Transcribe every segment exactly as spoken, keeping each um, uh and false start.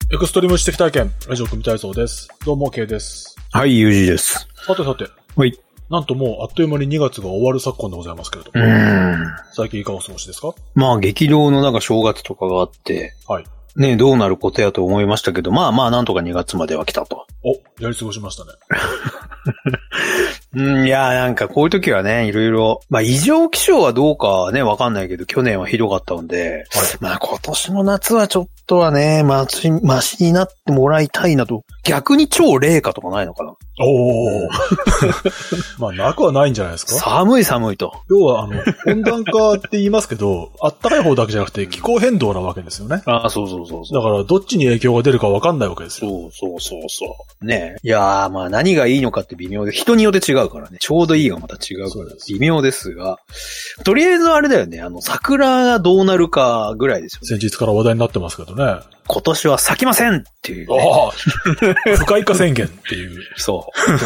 エクストリーム知的体験、ラジオ組体操です。どうも、K です。 はい、ユージです。 さてさて。 はい。 なんともう、あっという間ににがつが終わる昨今でございますけれども。 うーん。 最近いかがお過ごしですか？ まあ、激動のなんか正月とかがあって、 はい。 ね、どうなることやと思いましたけど、まあまあ、なんとかにがつまでは来たと。 お、やり過ごしましたね。 うん、いや、なんかこういう時はね、いろいろ、まあ異常気象はどうかはね、わかんないけど、去年はひどかったので、はい、まあ今年の夏はちょっとはね、まし、ましになってもらいたいなと。逆に超冷夏とかないのかな？ おー。まあなくはないんじゃないですか？ 寒い寒いと。 要はあの、温暖化って言いますけど、あったかい方だけじゃなくて気候変動なわけですよね。 ああ、そうそうそうそう。 だからどっちに影響が出るかわかんないわけですよ。 そうそうそうそう。ねえ。いやー、まあ何がいいのかって微妙で、人によって違うからね。ちょうどいいがまた違うから、微妙ですが。とりあえずあれだよね。あの、桜がどうなるかぐらいですよね。 先日から話題になってますけどね。 今年は咲きませんっていう、ね。 ああ。不開花宣言っていう。 そう。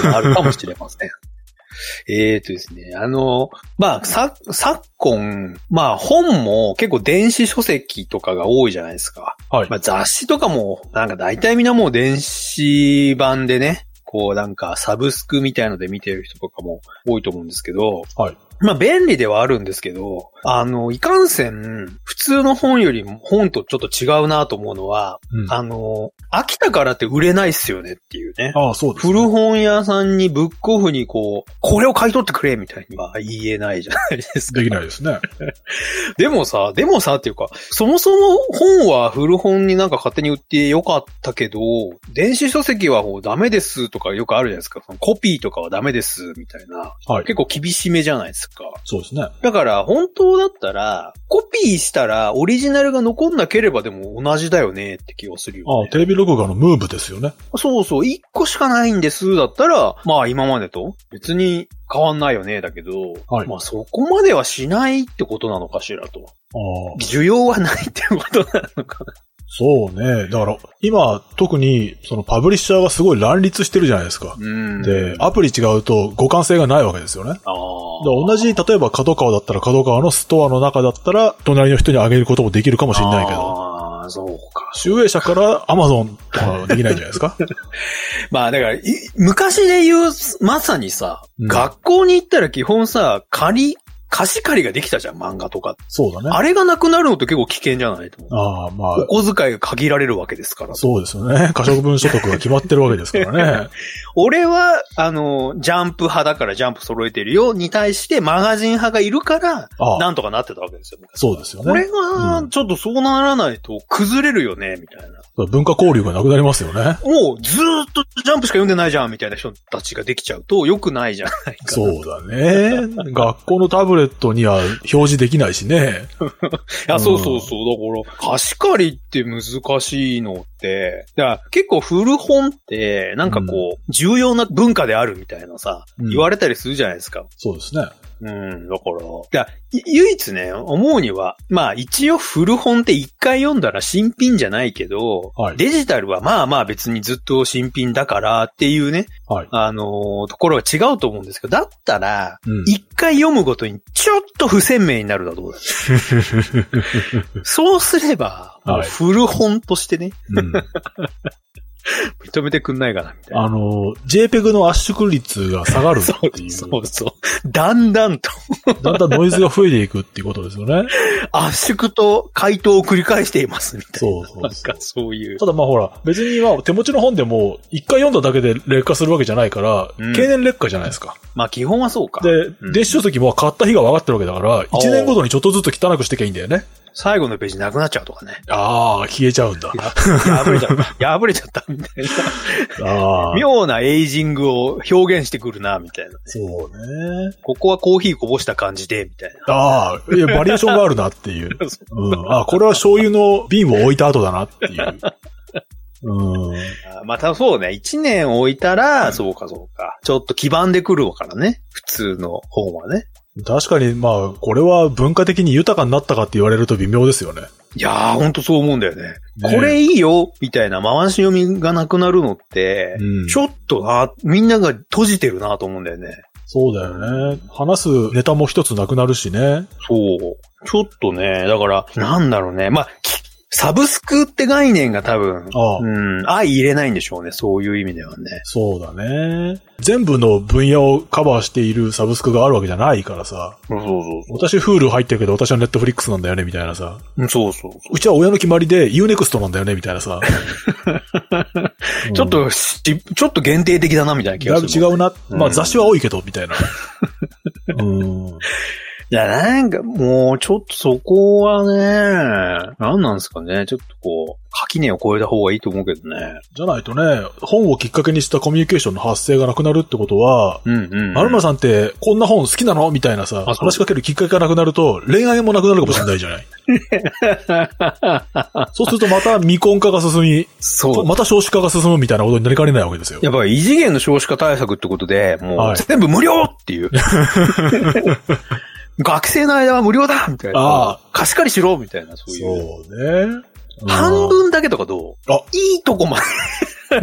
あるかもしれません。えーとですね、あの、まあ、さ、昨今、まあ本も結構電子書籍とかが多いじゃないですか。はい。まあ雑誌とかも、なんか大体みんなもう電子版でね、こうなんかサブスクみたいので見てる人とかも多いと思うんですけど、はい。まあ便利ではあるんですけど、あの、いかんせん、普通の本よりも本とちょっと違うなと思うのは、うん、あの、飽きたからって売れないっすよねっていうね。 ああ、そうですね。 古本屋さんにブックオフにこう、これを買い取ってくれみたいには言えないじゃないですか。 できないですね。 でもさ、でもさっていうか、そもそも本は古本になんか勝手に売ってよかったけど、電子書籍はもうダメですとかよくあるじゃないですか。コピーとかはダメですみたいな。はい。結構厳しめじゃないですか。 そうですね。 だから本当だったら、コピーしたらオリジナルが残んなければでも同じだよねって気がするよね。 ああ、テレビ録画のムーブですよね。 そうそう、一個しかないんですだったら、まあ今までと別に変わんないよねだけど、はい、まあそこまではしないってことなのかしらと。ああ。需要はないってことなのかな。 そうね。だから、今、特に、そのパブリッシャーがすごい乱立してるじゃないですか。うん。で、アプリ違うと互換性がないわけですよね。ああ。同じ、例えば角川だったら角川のストアの中だったら、隣の人にあげることもできるかもしれないけど。 ああ、そうか。 集英社からアマゾンとかはできないんじゃないですか。 まあ、だから、昔で言う、まさにさ、うん、学校に行ったら基本さ、仮、貸し借りができたじゃん、漫画とか。 そうだね。 あれがなくなるのって結構危険じゃないと思う。ああ、まあ。お小遣いが限られるわけですから。 そうですよね。可処分所得が決まってるわけですからね。 俺は、あの、ジャンプ派だからジャンプ揃えてるよに対してマガジン派がいるから、ああなんとかなってたわけですよ。 そうですよね。 これが、ちょっとそうならないと崩れるよね、みたいな。 文化交流がなくなりますよね。 もうずーっとジャンプしか読んでないじゃんみたいな人たちができちゃうと良くないじゃないかな。 そうだね。学校のタブレットには表示できないしね。 いや、そうそうそう。だから、貸し借りって難しいのって、だから結構古本ってなんかこう、うん、重要な文化であるみたいなさ、うん、言われたりするじゃないですか。 そうですね。 うん、だから、いや、唯一ね、思うには、まあ一応古本って一回読んだら新品じゃないけど、はい、デジタルはまあまあ別にずっと新品だからっていうね、はい、あのー、ところは違うと思うんですけど、だったら、一、うん、回読むごとにちょっと不鮮明になるだろう。そうすれば、はい、古本としてね、うん認めてくんないかなみたいな。 あの、JPEG の圧縮率が下がるっていう。 そうそうそう。だんだんと。 だんだんノイズが増えていくっていうことですよね。 圧縮と解凍を繰り返していますみたいな。 そうそうそう。 なんかそういう。 ただまあほら、別にまあ手持ちの本でも一回読んだだけで劣化するわけじゃないから、うん、経年劣化じゃないですか。 まあ基本はそうか。 で、うん、電子書籍も買った日が分かってるわけだから、いちねんごとにちょっとずつ汚くしてきゃいいんだよね。 最後のページなくなっちゃうとかね。 ああ、消えちゃうんだ。 破れちゃった。破れちゃったみたいな。あ妙なエイジングを表現してくるな、みたいな、ね。 そうね。 ここはコーヒーこぼした感じで、みたいな。 ああ、いや、バリエーションがあるなっていう。うん、ああ、これは醤油の瓶を置いた後だなっていう。うん、 またそうね。一年置いたら、うん、そうかそうか。ちょっと黄ばんでくるからね。普通の本はね。 確かに、まあ、これは文化的に豊かになったかって言われると微妙ですよね。 いやー、ほんとそう思うんだよね。ねこれいいよみたいな回し読みがなくなるのって、うん、ちょっとな、みんなが閉じてるなと思うんだよね。 そうだよね。話すネタも一つなくなるしね。 そう。ちょっとね、だから、なんだろうね。まあ、きサブスクって概念が多分、ああうん、相入れないんでしょうね。そういう意味ではね。 そうだね。全部の分野をカバーしているサブスクがあるわけじゃないからさ。 そうそうそう。 私、Hulu 入ってるけど、私は Netflix なんだよね、みたいなさ。 そうそうそう。 うちは親の決まりで Unext なんだよね、みたいなさ。 うん、ちょっと、ちょっと限定的だな、みたいな気がする、ね。 だいぶ違うな。まあ、雑誌は多いけど、みたいな。うんいや、なんか、もう、ちょっとそこはね、なんなんですかね。ちょっとこう、垣根を越えた方がいいと思うけどね。 じゃないとね、本をきっかけにしたコミュニケーションの発生がなくなるってことは、うんうんうん、〇〇さんってこんな本好きなのみたいなさ、話しかけるきっかけがなくなると、恋愛もなくなるかもしれないじゃない。そうするとまた未婚化が進み、そうまた少子化が進むみたいなことになりかねないわけですよ。 やっぱり異次元の少子化対策ってことで、もう全部無料っていう。学生の間は無料だみたいな。ああ。貸し借りしろみたいな、そういう。 そうね。 半分だけとかどう？あ、いいとこまで。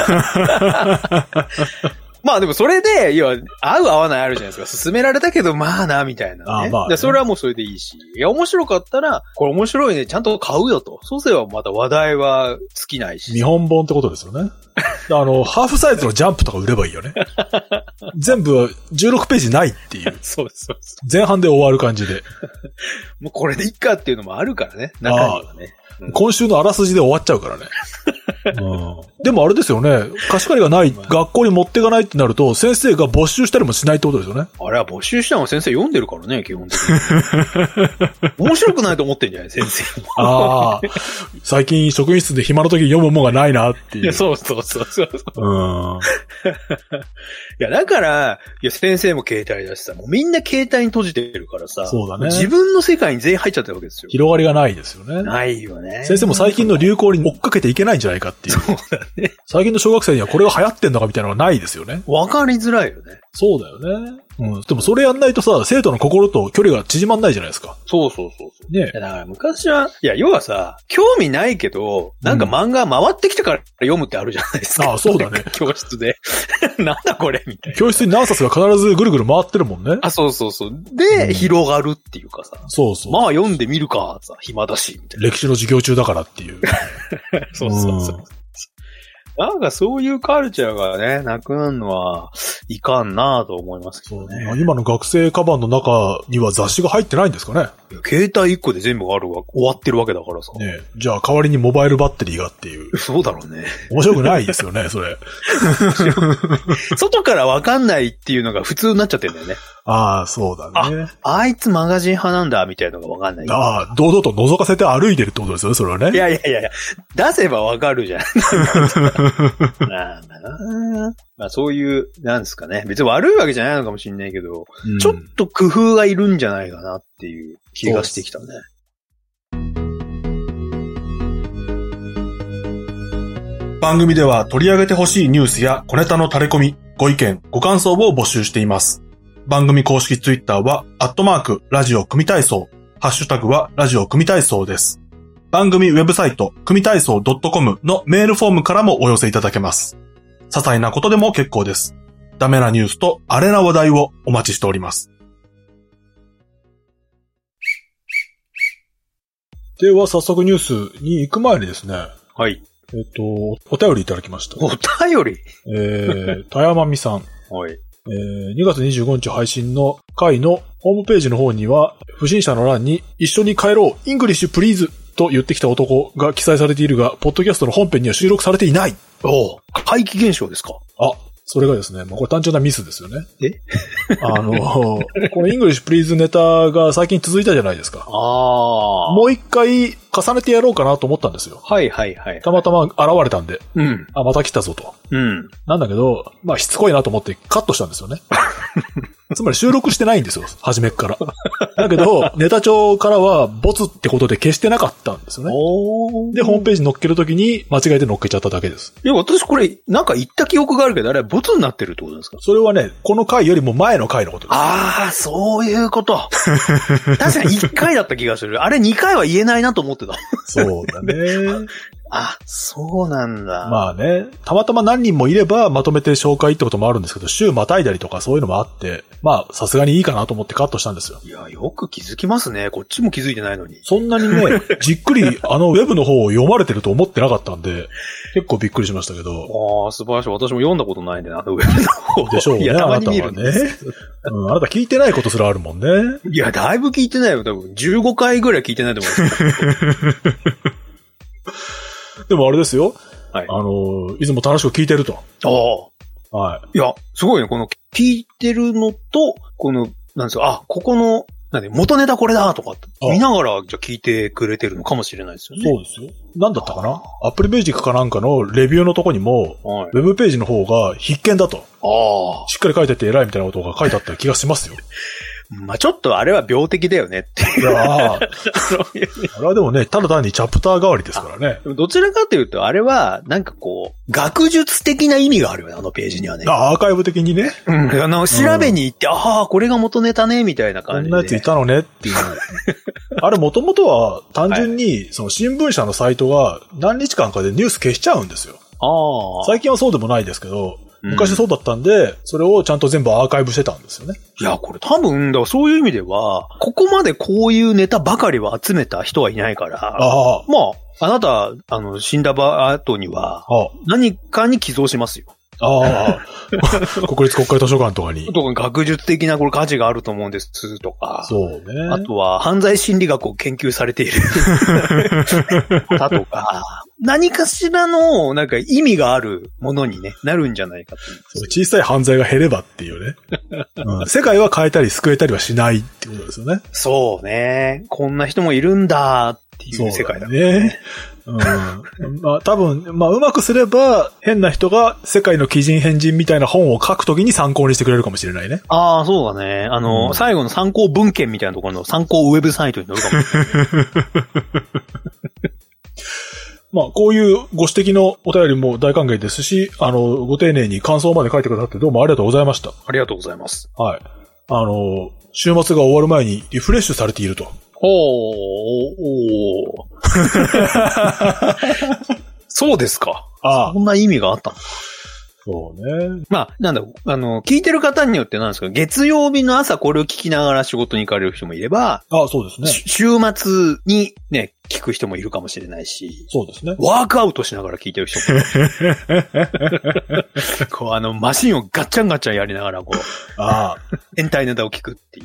まあでもそれで、要は、合う合わないあるじゃないですか。勧められたけど、まあな、みたいな、ね。あまあ、ね。それはもうそれでいいし。いや、面白かったら、これ面白いね、ちゃんと買うよと。そうすればまた話題は尽きないし。 見本本ってことですよね。あの、ハーフサイズのジャンプとか売ればいいよね。全部じゅうろくページないっていう。 そうそうそう。 前半で終わる感じで。 もうこれでいっかっていうのもあるからね。中にはね。 うん、今週のあらすじで終わっちゃうからね。うん、でもあれですよね。貸し借りがない、学校に持っていかないってなると、先生が没収したりもしないってことですよね。 あれは没収したのは先生読んでるからね、基本的に。面白くないと思ってんじゃない先生も。 ああ。最近職員室で暇の時に読むもんがないなっていう。いや、 そうそうそうそう。うん。いや、だから、いや、先生も携帯だしさ、もうみんな携帯に閉じてるからさ。 そうだね。 自分の世界に全員入っちゃってるわけですよ。 広がりがないですよね。 ないよね。 先生も最近の流行に追っかけていけないんじゃないかっていう。 そうだね。 最近の小学生にはこれが流行ってんのかみたいなのがないですよね。 わかりづらいよね。 そうだよね。うん。でもそれやんないとさ、生徒の心と距離が縮まんないじゃないですか。 そうそうそうそう。 ね。 だから昔は、いや、要はさ、興味ないけど、なんか漫画回ってきてから読むってあるじゃないですか。 ああ、そうだね。 教室で。なんだこれみたいな。 教室に何冊が必ずぐるぐる回ってるもんね。 あ、そうそうそう。で、うん、広がるっていうかさ。 そうそう。 まあ読んでみるか、さ、暇だし、みたいな。 歴史の授業中だからっていう。 そうそうそう。うんなんかそういうカルチャーがね、なくなるのはいかんなぁと思いますけどね。 今の学生カバンの中には雑誌が入ってないんですかね。 携帯一個で全部があるわ、終わってるわけだからさ。 ねじゃあ代わりにモバイルバッテリーがっていう。 そうだろうね。 面白くないですよね、それ。 外からわかんないっていうのが普通になっちゃってるんだよね。 ああ、そうだね。 あ、あいつマガジン派なんだ、みたいなのがわかんない。 ああ、堂々と覗かせて歩いてるってことですよね、それはね。 いやいやいやいや、出せばわかるじゃん。なんだなまあそういう、なんですかね。別に悪いわけじゃないのかもしれないけど、うん、ちょっと工夫がいるんじゃないかなっていう気がしてきたね。 番組では取り上げてほしいニュースや小ネタの垂れ込み、ご意見、ご感想を募集しています。番組公式ツイッターは、アットマーク、ラジオ組体操、ハッシュタグは、ラジオ組体操です。番組ウェブサイト、組体操 .com のメールフォームからもお寄せいただけます。些細なことでも結構です。ダメなニュースとアレな話題をお待ちしております。では、早速ニュースに行く前にですね。 はい。 えっと、お便りいただきました。 お便りえー、たやまみさん。 はい。 えー、にがつにじゅうごにち配信の回のホームページの方には、不審者の欄に一緒に帰ろう、イングリッシュプリーズと言ってきた男が記載されているが、ポッドキャストの本編には収録されていない。 おぉ、怪奇現象ですか。 あ、それがですね、まあ、これ単純なミスですよね。 えあの、このイングリッシュプリーズネタが最近続いたじゃないですか。 ああ。 もう一回重ねてやろうかなと思ったんですよ。 はいはいはい。 たまたま現れたんで。 うん。 あ、また来たぞと。 うん。 なんだけど、まあしつこいなと思ってカットしたんですよね。つまり収録してないんですよ、初めっから。だけど、ネタ帳からはボツってことで消してなかったんですよね。 おで、ホームページ載っけるときに間違えて載っけちゃっただけです。 いや、私これ、なんか言った記憶があるけど、あれボツになってるってことですか？ それはね、この回よりも前の回のことです。 ああ、そういうこと。確かにいっかいだった気がする。あれにかいは言えないなと思ってた。 そうだね。 あ、そうなんだ。 まあね、たまたま何人もいればまとめて紹介ってこともあるんですけど、週またいだりとかそういうのもあって、まあさすがにいいかなと思ってカットしたんですよ。 いや、よく気づきますね。こっちも気づいてないのに。 そんなにね、じっくりあのウェブの方を読まれてると思ってなかったんで、結構びっくりしましたけど。 ああ、素晴らしい。私も読んだことないんで、あのウェブの方。 でしょうね。いや、たまに見るんです。あなたはね。うん、あなた聞いてないことすらあるもんね。 いや、だいぶ聞いてないよ。多分じゅうごかいぐらい聞いてないと思います。 でもあれですよ。 はい。 あの、いつも楽しく聞いてると。 ああ。 はい。 いや、すごいね。この聞いてるのと、この、なんですよ。あ、ここの、なんで、元ネタこれだとか、見ながら、じゃ聞いてくれてるのかもしれないですよね。 そうですよ。なんだったかな？アップルミュージックかなんかのレビューのとこにも、はい、ウェブページの方が必見だと。ああ。しっかり書いてて偉いみたいなことが書いてあった気がしますよ。 まあちょっとあれは病的だよねっていう。いやあれはでもね、ただ単にチャプター代わりですからね。 どちらかというと、あれは、なんかこう、学術的な意味があるよね、あのページにはね。 あ、アーカイブ的にね。 うん。あの、調べに行って、うん、ああ、これが元ネタね、みたいな感じで。 こんなやついたのねっていう。あれもともとは単純に、その新聞社のサイトが何日間かでニュース消しちゃうんですよ。ああ。最近はそうでもないですけど、昔そうだったんで、うん、それをちゃんと全部アーカイブしてたんですよね。 いや、これ多分、だからそういう意味では、ここまでこういうネタばかりを集めた人はいないから、あまあ、あなた、あの、死んだ後には、何かに寄贈しますよ。 ああ。国立国会図書館とかに。 特に学術的なこれ価値があると思うんですとか。 そうね。 あとは犯罪心理学を研究されている方とか。何かしらのなんか意味があるものにね、なるんじゃないかという。 小さい犯罪が減ればっていうね、うん。世界は変えたり救えたりはしないってことですよね。 そうね。こんな人もいるんだっていう世界だね。 うん、まあ多分、まあうまくすれば変な人が世界の奇人変人みたいな本を書くときに参考にしてくれるかもしれないね。 ああ、そうだね。あの、うん、最後の参考文献みたいなところの参考ウェブサイトに載るかもしれない。 まあこういうご指摘のお便りも大歓迎ですし、あの、ご丁寧に感想まで書いてくださってどうもありがとうございました。 ありがとうございます。 はい。あの、週末が終わる前にリフレッシュされていると。 おー、おー。そうですか。ああ。そんな意味があったの？ そうね。 まあ、なんだ、あの、聞いてる方によってなんですか、月曜日の朝これを聞きながら仕事に行かれる人もいれば、 ああ、そうですね。 週末にね、聞く人もいるかもしれないし、 そうですね。 ワークアウトしながら聞いてる人もいる。こう、あの、マシンをガッチャンガッチャンやりながら、こう、ああ。変態ネタを聞くっていう。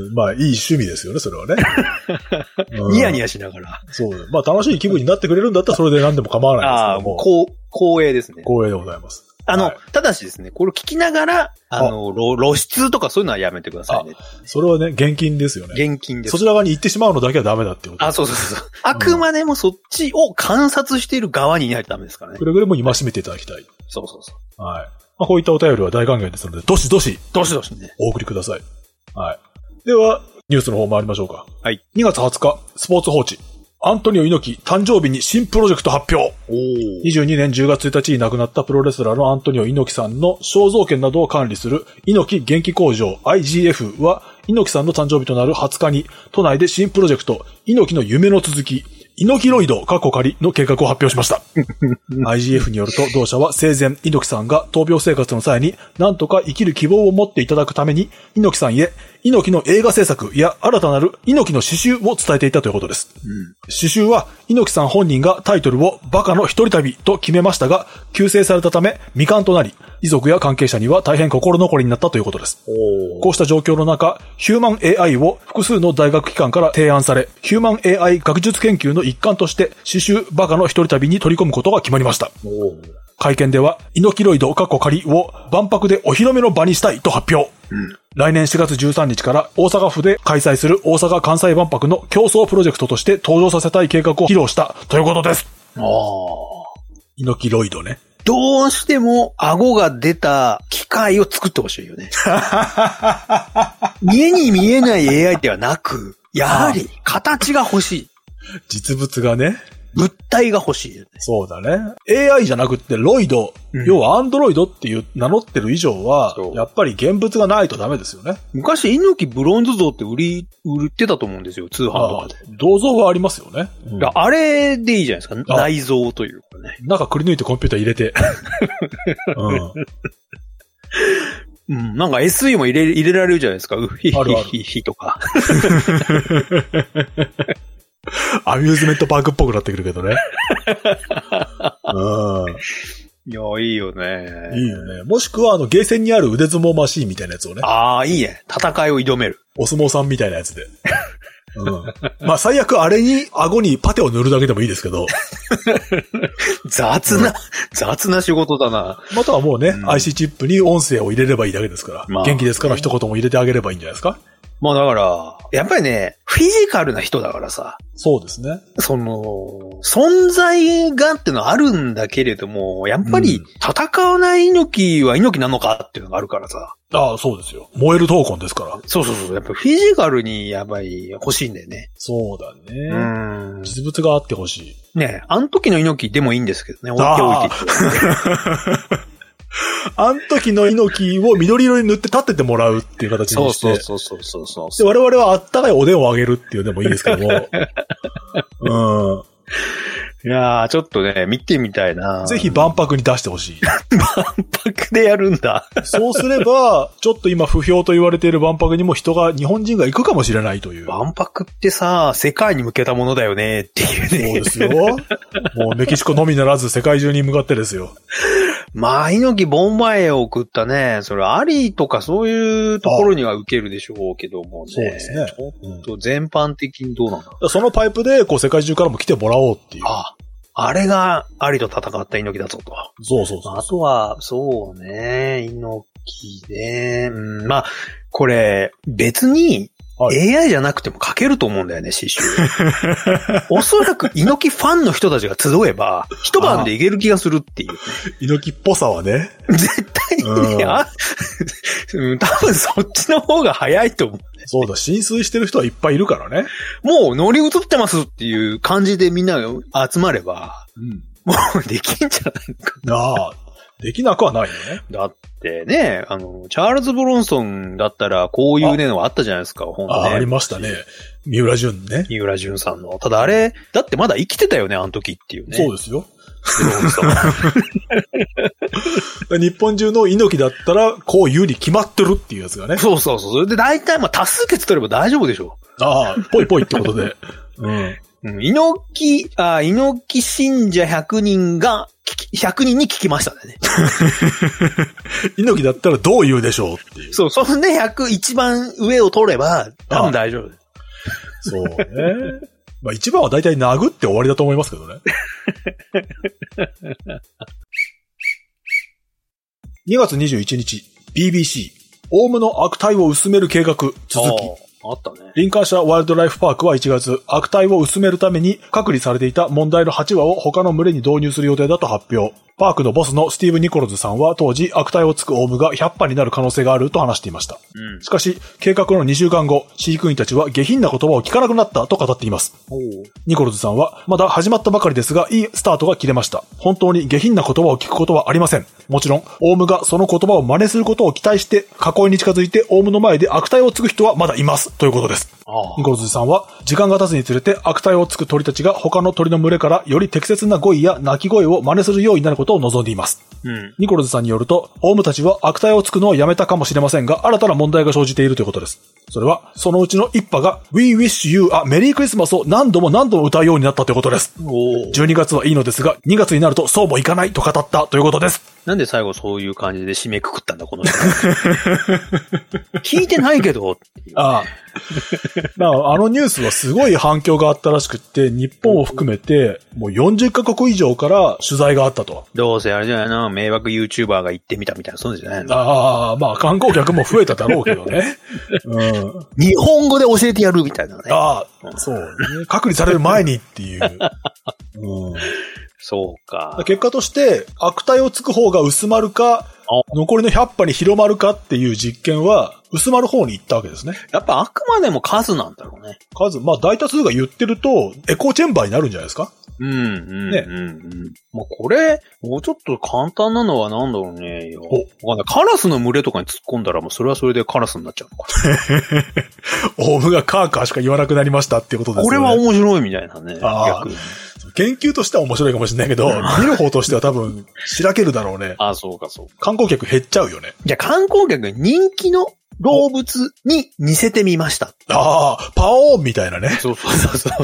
うん、まあ、いい趣味ですよね、それはね。 うん、ニヤニヤしながら。 そう。まあ、楽しい気分になってくれるんだったらそれで何でも構わないですけども。ああ、もう、 こう、光栄ですね。 光栄でございます。 あの、はい、ただしですね、これを聞きながら、あの、露出とかそういうのはやめてくださいね。 それはね、現金ですよね。 現金です。 そちら側に行ってしまうのだけはダメだってこと。 あ、そうそうそう。あくまでもそっちを観察している側にいないとダメですからね。 くれぐれも戒めていただきたい。 そうそうそう。 はい。まあ、こういったお便りは大歓迎ですので、どしどし。 どしどしね。 お送りください。はい。では、ニュースの方参りましょうか。 はい。 にがつはつか、スポーツ報知。アントニオ猪木誕生日に新プロジェクト発表。にじゅうにねんじゅうがつついたちに亡くなったプロレスラーのアントニオ猪木さんの肖像権などを管理する猪木元気工場 アイジーエフ は猪木さんの誕生日となるはつかに都内で新プロジェクト猪木の夢の続き猪木ロイド過去仮の計画を発表しました。アイジーエフ によると同社は生前猪木さんが闘病生活の際に何とか生きる希望を持っていただくために猪木さんへ猪木の映画制作や新たなる猪木の詩集を伝えていたということです。うん、詩集は猪木さん本人がタイトルをバカの一人旅と決めましたが、急逝されたため未完となり、遺族や関係者には大変心残りになったということです。こうした状況の中、ヒューマン エーアイ を複数の大学機関から提案され、ヒューマン エーアイ 学術研究の一環として詩集バカの一人旅に取り込むことが決まりました。会見では、猪木ロイド過去仮を万博でお披露目の場にしたいと発表。うん、来年しがつじゅうさんにちから大阪府で開催する大阪・関西万博の競争プロジェクトとして登場させたい計画を披露したということです。ああ。猪木ロイドね。 どうしても顎が出た機械を作ってほしいよね。見えに見えない エーアイ ではなく、やはり形が欲しい。 実物がね。 物体が欲しいよね。 そうだね。エーアイ じゃなくってロイド、うん、要はアンドロイドっていう名乗ってる以上は、やっぱり現物がないとダメですよね。 昔、猪木ブロンズ像って売り、売ってたと思うんですよ、通販とかで。 銅像はありますよね。 うん、あれでいいじゃないですか。内臓というかね。 中くり抜いてコンピューター入れて。うんうん、なんか エスイー も入れ、入れられるじゃないですか。うひひひひとか。 アミューズメントパークっぽくなってくるけどね。 うん、いや、いいよね。 いいよね。もしくは、あの、ゲーセンにある腕相撲マシーンみたいなやつをね。 ああ、いいね。戦いを挑める。 お相撲さんみたいなやつで。うん。まあ、最悪あれに、顎にパテを塗るだけでもいいですけど。 雑な、うん、雑な仕事だな。 またはもうね、うん、アイシー チップに音声を入れればいいだけですから。まあ、元気ですから一言も入れてあげればいいんじゃないですか。 まあだから、やっぱりね、フィジカルな人だからさ。 そうですね。 その、存在がってのはあるんだけれども、やっぱり戦わない猪木は猪木なのかっていうのがあるからさ。 ああ、そうですよ。燃える闘魂ですから。 そうそうそう。やっぱフィジカルにやっぱり欲しいんだよね。 そうだね。うん。実物があって欲しい。 ねえ、あの時の猪木でもいいんですけどね。置いておいて。 あの時の猪木を緑色に塗って立ててもらうっていう形にして。 そうそうそうそうそうで、我々はあったかいおでんをあげるっていうでもいいですけども。うん。 いやー、ちょっとね、見てみたいな。 ぜひ万博に出してほしい。 万博でやるんだ。 そうすれば、ちょっと今不評と言われている万博にも人が、日本人が行くかもしれないという。 万博ってさ、世界に向けたものだよねっていうね。 そうですよ。もうメキシコのみならず世界中に向かってですよ。 まあ、猪木ボンバイエを送ったね、それありとかそういうところには受けるでしょうけどもね。 そうですね。 ちょっと全般的にどうなんだろう。そのパイプで、こう世界中からも来てもらおうっていう。 あ、あれがありと戦った猪木だぞと。 そうそうそう。 あとは、そうね、猪木ね。うん、まあ、これ、別に、はい、エーアイ じゃなくても書けると思うんだよね、詩集。おそらく猪木ファンの人たちが集えば、一晩でいける気がするっていう、ね。 猪木っぽさはね。 絶対にね、あ、うん、多分そっちの方が早いと思う、ね。 そうだ、浸水してる人はいっぱいいるからね。 もう乗り移ってますっていう感じでみんなが集まれば、うん、もうできんじゃないかな。 ああ。できなくはないよね。 だってね、あの、チャールズ・ブロンソンだったらこういうねのがあったじゃないですか、本当ね。 あ、ありましたね。三浦淳ね。 三浦淳さんの。ただあれ、だってまだ生きてたよね、あの時っていうね。 そうですよ。日本中の猪木だったら、こう言うに決まってるっていうやつがね。 そうそうそう。それで大体まあ多数決取れば大丈夫でしょ。 ああ、ぽいぽいってことで。うん。 うん、猪木、あ、猪木信者ひゃくにんが、ひゃくにんに聞きましたね。 猪木だったらどう言うでしょうっていう。 そう、そんでひゃく一番上を取れば、多分大丈夫です。 そうね。まあ一番は大体殴って終わりだと思いますけどね。にがつにじゅういちにち、ビービーシー、オウムの悪態を薄める計画、続き。 あったね。 リンカーシャーワイルドライフパークはいちがつ、悪態を薄めるために隔離されていた問題のはちわを他の群れに導入する予定だと発表。パークのボスのスティーブ・ニコルズさんは当時悪態をつくオウムがひゃっぱになる可能性があると話していました。うん、しかし、計画のにしゅうかんご、飼育員たちは下品な言葉を聞かなくなったと語っています。ニコルズさんは、まだ始まったばかりですが、いいスタートが切れました。本当に下品な言葉を聞くことはありません。もちろん、オウムがその言葉を真似することを期待して、囲いに近づいてオウムの前で悪態をつく人はまだいます。ということです。ニコルズさんは、時間が経つにつれて悪態をつく鳥たちが他の鳥の群れからより適切な語彙や鳴き声を真似するようになることを望んでいます。うん、ニコルズさんによると、オウムたちは悪態をつくのをやめたかもしれませんが、新たな問題が生じているということです。それは、そのうちの一派が、We wish you a Merry Christmas を何度も何度も歌うようになったということです。じゅうにがつはいいのですが、にがつになるとそうもいかないと語ったということです。 なんで最後そういう感じで締めくくったんだ、この人。聞いてないけど。 ああ。まあ、あのニュースはすごい反響があったらしくって、日本を含めて、もうよんじゅっかこく以上から取材があったと。 どうせあれじゃないの、迷惑 YouTuber が行ってみたみたいな、そうじゃないの。 ああ、まあ観光客も増えただろうけどね。 うん、日本語で教えてやるみたいなね。 ああ、そうね。隔離される前にっていう。うん、 そうか。 結果として、悪態をつく方が薄まるか、残りのひゃっぱに広まるかっていう実験は、薄まる方に行ったわけですね。 やっぱあくまでも数なんだろうね。 数、まあ大多数が言ってると、エコーチェンバーになるんじゃないですか？ うん、うん、ね。うん、うん。まあ、これ、もうちょっと簡単なのはなんだろうね。お、わかんない。カラスの群れとかに突っ込んだら、もうそれはそれでカラスになっちゃうのか。 オウムがカーカーしか言わなくなりましたっていうことですよね。 これは面白いみたいなね。逆に。 研究としては面白いかもしれないけど、見る方としては多分、しらけるだろうね。 あ、そうかそうか。 観光客減っちゃうよね。 いや、観光客人気の動物に似せてみました。 ああ、パオーンみたいなね。 そうそうそうそう。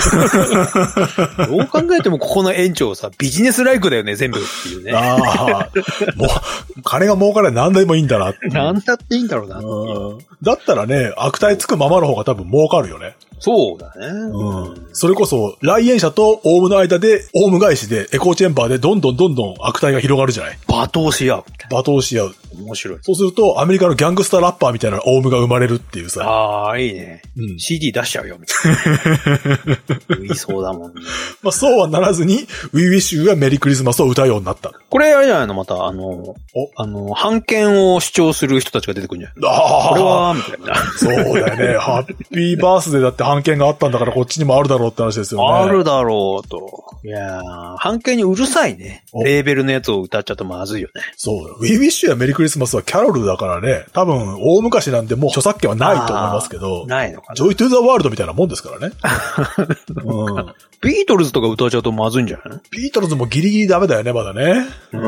どう考えてもここの園長さ、ビジネスライクだよね、全部っていうね。ああ、 もう、金が儲から何でもいいんだなって。 何だっていいんだろうなっていう。 だったらね、悪態つくままの方が多分儲かるよね。 そうだね。 うん。それこそ、来園者とオウムの間で、オウム返しで、エコーチェンバーでどんどんどんどん悪態が広がるじゃない。 罵倒し合う。 罵倒し合う。 面白い。 そうすると、アメリカのギャングスターラッパーみたいなオウムが生まれるっていうさ。 ああ、いいね。うん。シーディー 出しちゃうよ、みたいな。いそうだもんね。まあ、そうはならずに、We Wish You がメリークリスマスを歌うようになった。 これ、あれじゃないのまた、あの、おあの、判権を主張する人たちが出てくるんじゃないああ。これは、みたいな。 そうだよね。ハッピーバースデーだって判権があったんだから、こっちにもあるだろうって話ですよね。 あるだろうと。いやー、判権にうるさいね。レーベルのやつを歌っちゃうとまずいよね。 そう。We Wish You やメリークリスマスはキャロルだからね、多分、大昔なんでもう著作権はないと思いますけど。 ないのかな。 ジョイトゥーザワールドみたいなもんですからね。 うん。ビートルズとか歌っちゃうとまずいんじゃないの？ ビートルズもギリギリダメだよね、まだね。 うん。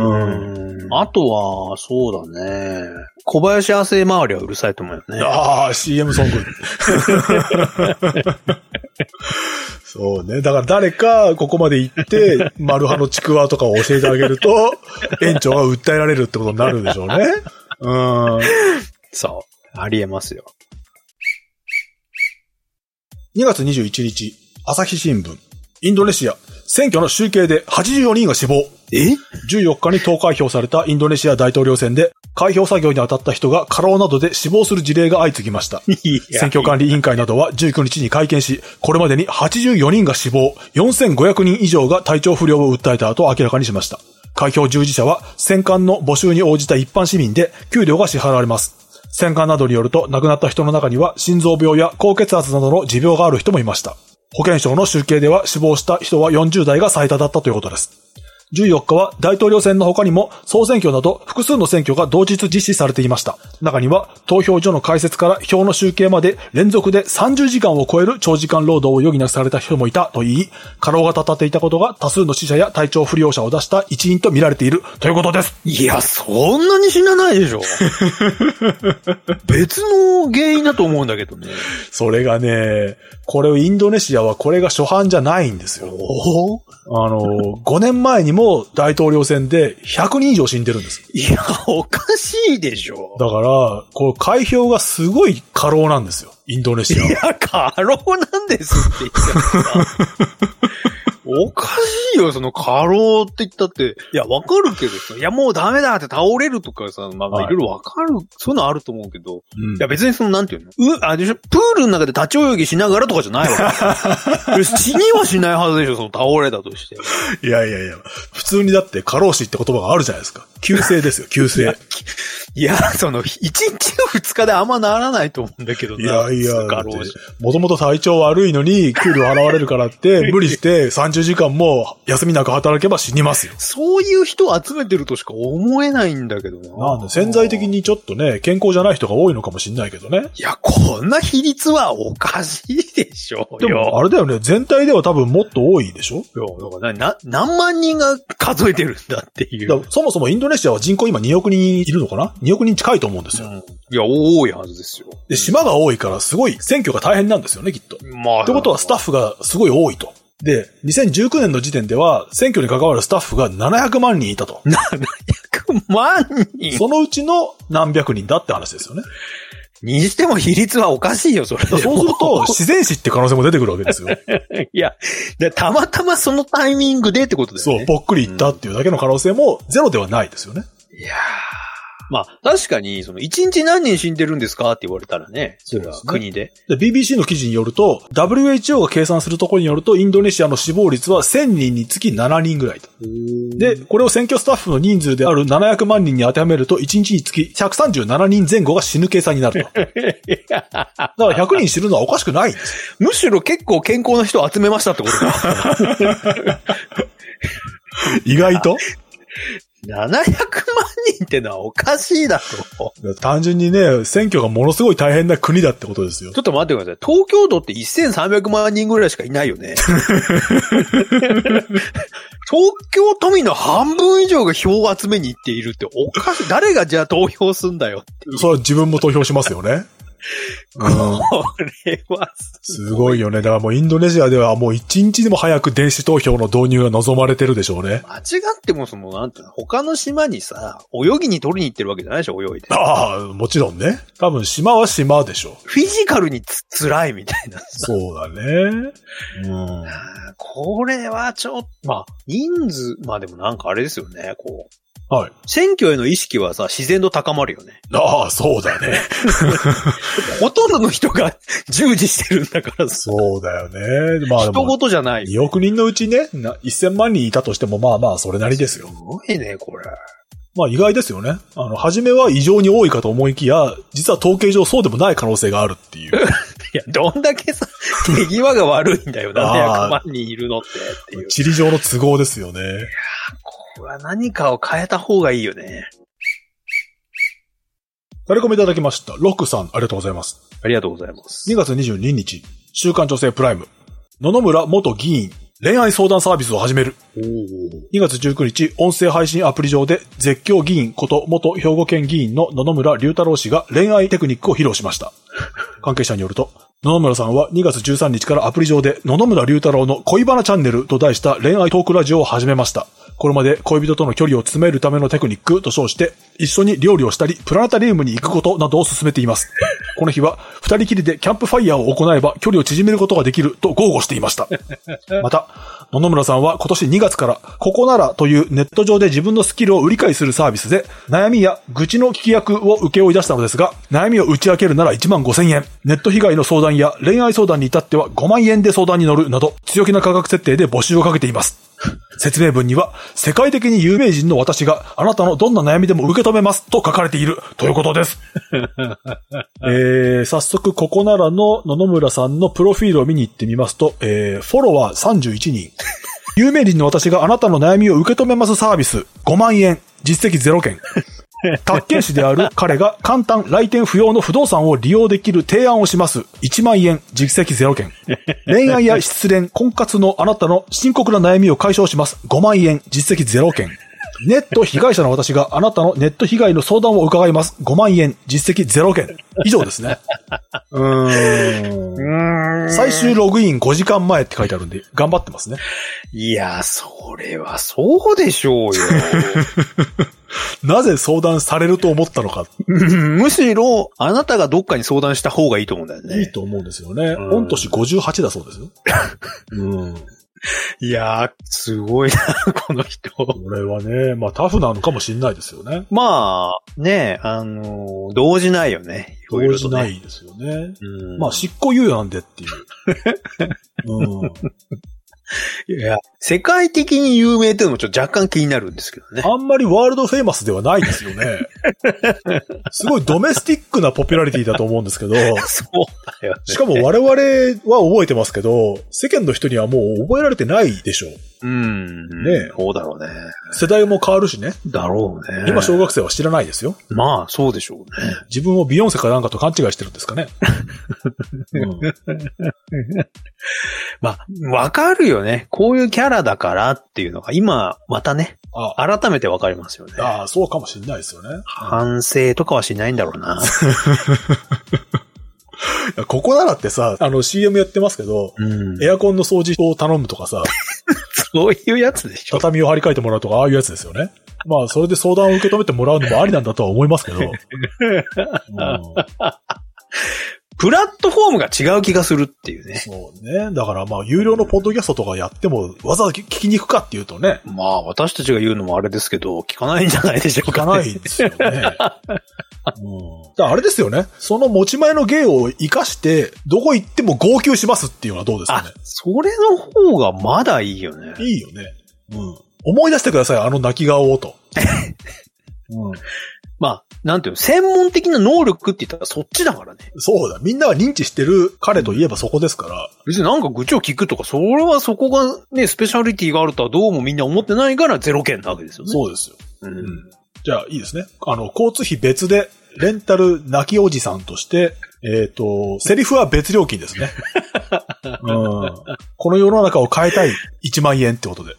あとは、そうだね。小林亜生周りはうるさいと思うよね。 ああ、シーエム ソング。そうね。だから誰かここまで行って、マルハのちくわとかを教えてあげると、園長が訴えられるってことになるでしょうね。うん。 そう。ありえますよ。 にがつにじゅういちにち、朝日新聞。インドネシア、選挙の集計ではちじゅうよにんが死亡。 え ? じゅうよっかに投開票されたインドネシア大統領選で、開票作業に当たった人が過労などで死亡する事例が相次ぎました。選挙管理委員会などはじゅうくにちに会見し、これまでにはちじゅうよにんが死亡、よんせんごひゃくにん以上が体調不良を訴えた後明らかにしました。開票従事者は選管の募集に応じた一般市民で給料が支払われます。選管などによると亡くなった人の中には心臓病や高血圧などの持病がある人もいました。保健省の集計では死亡した人はよんじゅうだいが最多だったということです。じゅうよっかは大統領選の他にも総選挙など複数の選挙が同日実施されていました。中には投票所の開設から票の集計まで連続でさんじゅうじかんを超える長時間労働を余儀なくされた人もいたと言い、過労がたたっていたことが多数の死者や体調不良者を出した一因と見られているということです。 いや、そんなに死なないでしょ。別の原因だと思うんだけどね。 それがね、これをインドネシアはこれが初犯じゃないんですよ。 おあの、ごねんまえにも大統領選でひゃくにん以上死んでるんです。 いや、おかしいでしょ。 だから、こう開票がすごい過労なんですよ。インドネシアは。 いや、過労なんですって言ってた。おかしいよ、その過労って言ったって。いや、わかるけどさ。いや、もうダメだって倒れるとかさ、まあ、はい、いろいろわかる。そういうのあると思うけど。うん、いや、別にその、なんていうのう、あ、でしょ、プールの中で立ち泳ぎしながらとかじゃないわけ。死にはしないはずでしょ、その倒れたとして。 いやいやいや。普通にだって過労死って言葉があるじゃないですか。急性ですよ、急性。いや、 いやその、一日の二日であんまならないと思うんだけどな。 いやいや、もともと体調悪いのに給料払われるからって、無理してさんじゅうじかんも休みなく働けば死にますよ。 そういう人を集めてるとしか思えないんだけどな。 なんで潜在的にちょっとね、健康じゃない人が多いのかもしれないけどね。 いや、こんな比率はおかしいでしょ。 でも、あれだよね、全体では多分もっと多いでしょ。いや、だからな、何万人が数えてるんだっていう。 そもそもインドネシアは人口今におくにんいるのかな ?に 億人近いと思うんですよ。うん、いや、多いはずですよ。 で、島が多いからすごい選挙が大変なんですよね、きっと。まあ。ってことはスタッフがすごい多いと。で、にせんじゅうきゅうねんの時点では、選挙に関わるスタッフがななひゃくまんにんいたと。 ななひゃくまんにんそのうちの何百人だって話ですよね。 にしても比率はおかしいよ、それ。 そうすると、自然死って可能性も出てくるわけですよ。 いや、で、たまたまそのタイミングでってことですね。 そう、ぽっくりいったっていうだけの可能性もゼロではないですよね。 いやまあ、確かに、その、一日何人死んでるんですかって言われたらね。 そうですね。 国で。 で ビービーシー の記事によると、ダブリューエイチオー が計算するところによると、インドネシアの死亡率はせんにんにつきななにんぐらいと。で、これを選挙スタッフの人数であるななひゃくまんにんに当てはめると、いちにちにつきひゃくさんじゅうななにんぜん後が死ぬ計算になると。だからひゃくにん死ぬのはおかしくないんです。 むしろ結構健康な人を集めましたってことか。 意外とななひゃくまんにんってのはおかしいだろ。 単純にね、選挙がものすごい大変な国だってことですよ。 ちょっと待ってください。東京都ってせんさんびゃくまんにんぐらいしかいないよね。東京都民の半分以上が票を集めに行っているっておかしい。誰がじゃあ投票すんだよって。 それは自分も投票しますよね。 これはすごいよね。だからもうインドネシアではもう一日でも早く電子投票の導入が望まれてるでしょうね。 間違ってもその、なんていうの、他の島にさ、泳ぎに取りに行ってるわけじゃないでしょ、泳いで。 ああ、もちろんね。多分島は島でしょ。 フィジカルにつ辛いみたいな。 そうだね。うん。 これはちょっと、まあ、人数、まあでもなんかあれですよね、こう。 はい。 選挙への意識はさ、自然と高まるよね。 ああ、そうだね。 ほとんどの人が従事してるんだからさ。 そうだよね。まあ、 人事じゃない。 におくにんのうちね、せんまんにんいたとしても、まあまあ、それなりですよ。すごいね、これ。 まあ意外ですよね。あの、初めは異常に多いかと思いきや、実は統計上そうでもない可能性があるっていう。 いや、どんだけさ、手際が悪いんだよ、ななひゃくまんにんいるのって、っていう。 地理上の都合ですよね。いやこれは何かを変えた方がいいよね。 タレコミいただきました。ロックさん、ありがとうございます。 ありがとうございます。 にがつにじゅうににち、週刊女性プライム。野々村元議員、恋愛相談サービスを始める。にがつじゅうくにち、音声配信アプリ上で絶叫議員こと元兵庫県議員の野々村隆太郎氏が恋愛テクニックを披露しました。関係者によると、野々村さんはにがつじゅうさんにちからアプリ上で野々村隆太郎の恋バナチャンネルと題した恋愛トークラジオを始めました。これまで恋人との距離を詰めるためのテクニックと称して、一緒に料理をしたり、プラネタリウムに行くことなどを進めています。この日は、二人きりでキャンプファイヤーを行えば距離を縮めることができると豪語していました。また、野々村さんは今年にがつから、ここならというネット上で自分のスキルを売り買いするサービスで、悩みや愚痴の聞き役を請け負い出したのですが、悩みを打ち明けるならいちまんごせんえん、ネット被害の相談や恋愛相談に至ってはごまんえんで相談に乗るなど、強気な価格設定で募集をかけています。説明文には、世界的に有名人の私があなたのどんな悩みでも受け止めますと書かれているということです。えー、早速ここならの野々村さんのプロフィールを見に行ってみますと、えー、フォロワーさんじゅういちにん。有名人の私があなたの悩みを受け止めますサービスごまんえん。実績ゼロけん。宅建士である彼が簡単来店不要の不動産を利用できる提案をします。いちまんえん、実績ゼロけん。恋愛や失恋、婚活のあなたの深刻な悩みを解消します。ごまんえん、実績ゼロけん。ネット被害者の私があなたのネット被害の相談を伺います。ごまんえん、実績ゼロけん。以上ですね。うーん。最終ログインごじかんまえって書いてあるんで、頑張ってますね。 いや、それはそうでしょうよ。 なぜ相談されると思ったのか。 むしろ、あなたがどっかに相談した方がいいと思うんだよね。 いいと思うんですよね。御年ごじゅうはちだそうですよ。うん。 いやー、すごいな、この人。これはね、まあタフなのかもしれないですよね。 まあ、ね、あのー、動じないよね。 動じないですよね。うん、まあ執行猶予なんでっていう。うん。 いや、世界的に有名っていうのもちょっと若干気になるんですけどね。 あんまりワールドフェイマスではないですよね。すごいドメスティックなポピュラリティだと思うんですけど。 そうだよね。 しかも我々は覚えてますけど、世間の人にはもう覚えられてないでしょう。 うん。 ね、 そうだろうね。 世代も変わるしね。 だろうね。 今小学生は知らないですよ。 まあ、そうでしょうね。 自分をビヨンセかなんかと勘違いしてるんですかね。うん、 まあ、わかるよね。こういうキャラだからっていうのが今、またね、ああ改めてわかりますよね。 ああ、そうかもしれないですよね。 反省とかはしないんだろうな。 ここならってさ、あの シーエム やってますけど、うん、エアコンの掃除を頼むとかさ、 そういうやつでしょ。 畳を張り替えてもらうとか、ああいうやつですよね。まあ、それで相談を受け止めてもらうのもありなんだとは思いますけど。うん、 プラットフォームが違う気がするっていうね。 そうね。だからまあ、有料のポッドキャストとかやっても、わざわざ聞きに行くかっていうとね。 まあ、私たちが言うのもあれですけど、聞かないんじゃないでしょうか、 ね。聞かないですよね。うん、だからあれですよね。その持ち前の芸を活かして、どこ行っても号泣しますっていうのはどうですかね。 あ、それの方がまだいいよね。 いいよね。うん。思い出してください、あの泣き顔をと。 うん。まあ、なんていうの、専門的な能力って言ったらそっちだからね。 そうだ。みんなが認知してる彼といえばそこですから。 別になんか愚痴を聞くとか、それはそこがね、スペシャリティがあるとはどうもみんな思ってないからゼロ件なわけですよね。 そうですよ。うん。じゃあいいですね。あの、交通費別で、レンタル泣きおじさんとして、えっと、セリフは別料金ですね。うん。この世の中を変えたいいちまんえんってことで。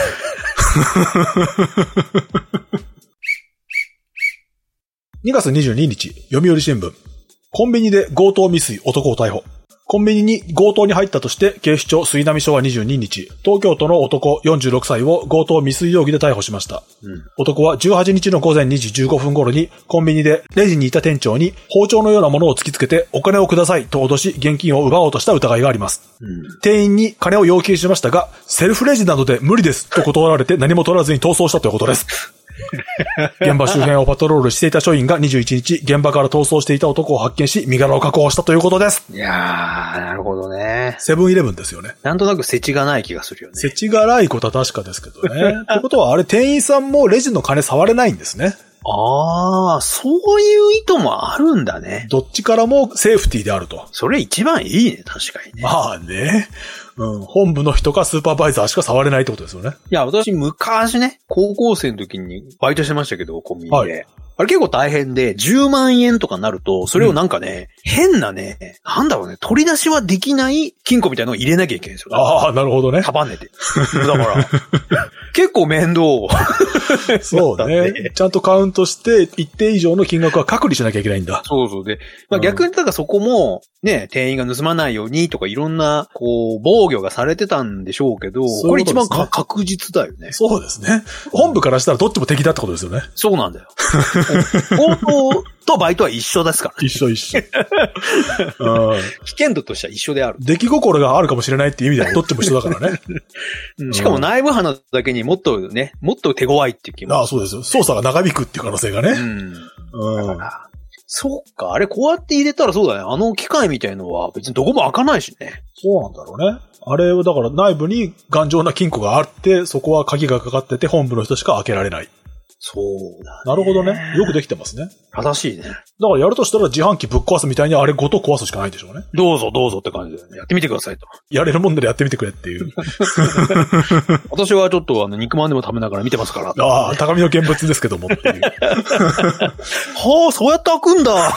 にがつにじゅうににち、読売新聞。コンビニで強盗未遂、男を逮捕。コンビニに強盗に入ったとして、警視庁杉並署はにじゅうににち、東京都の男よんじゅうろくさいを強盗未遂容疑で逮捕しました。うん、男はじゅうはちにちのごぜんにじじゅうごふん頃に、コンビニでレジにいた店長に包丁のようなものを突きつけて、お金をくださいと脅し、現金を奪おうとした疑いがあります。うん、店員に金を要求しましたが、セルフレジなどで無理ですと断られて何も取らずに逃走したということです。現場周辺をパトロールしていた署員がにじゅういちにち、現場から逃走していた男を発見し、身柄を確保したということです。 いやー、なるほどね。 セブンイレブンですよね。 なんとなく世知がない気がするよね。 世知がないことは確かですけどね。ってことは、あれ店員さんもレジの金触れないんですね。 ああ、そういう意図もあるんだね。 どっちからもセーフティーであると。 それ一番いいね、確かにね。 まあね。うん。本部の人かスーパーバイザーしか触れないってことですよね。 いや、私昔ね、高校生の時にバイトしてましたけど、コンビニで。はい、あれ結構大変で、じゅうまんえんとかなると、それをなんかね、うん、変なね、なんだろうね、取り出しはできない金庫みたいなのを入れなきゃいけないんですよ。 ああ、なるほどね。 束ねて。だから、結構面倒。 そうね。ちゃんとカウントして、一定以上の金額は隔離しなきゃいけないんだ。 そうそうで。まあ、逆にだからそこも、ね、店員が盗まないようにとかいろんな、こう、防御がされてたんでしょうけど、ううこれ一番か確実だよね。 そうですね。本部からしたらどっちも敵だってことですよね。 そうなんだよ。強盗とバイトは一緒ですから。 一緒一緒。 危険度としては一緒である。 出来心があるかもしれないっていう意味ではどっちも一緒だからね。 うん、しかも内部派なだけにもっとね、もっと手強いっていう気も。 ああ、そうですよ。捜査が長引くっていう可能性がね。うん。 うん、そっか、あれこうやって入れたらそうだね。あの機械みたいのは別にどこも開かないしね。 そうなんだろうね。あれはだから内部に頑丈な金庫があって、そこは鍵がかかってて本部の人しか開けられない。 そうだね。 なるほどね。よくできてますね。 正しいね。だからやるとしたら自販機ぶっ壊すみたいにあれごと壊すしかないでしょうね。 どうぞどうぞって感じで、ね、やってみてくださいと。 やれるもんならやってみてくれっていう。 私はちょっとあの肉まんでも食べながら見てますから。 ああ、高みの見物ですけどもっていう。 はあ、そうやって開くんだ。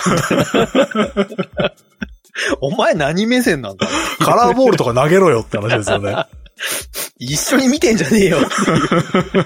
お前何目線なんだ。 カラーボールとか投げろよって話ですよね。 一緒に見てんじゃねえよっていう。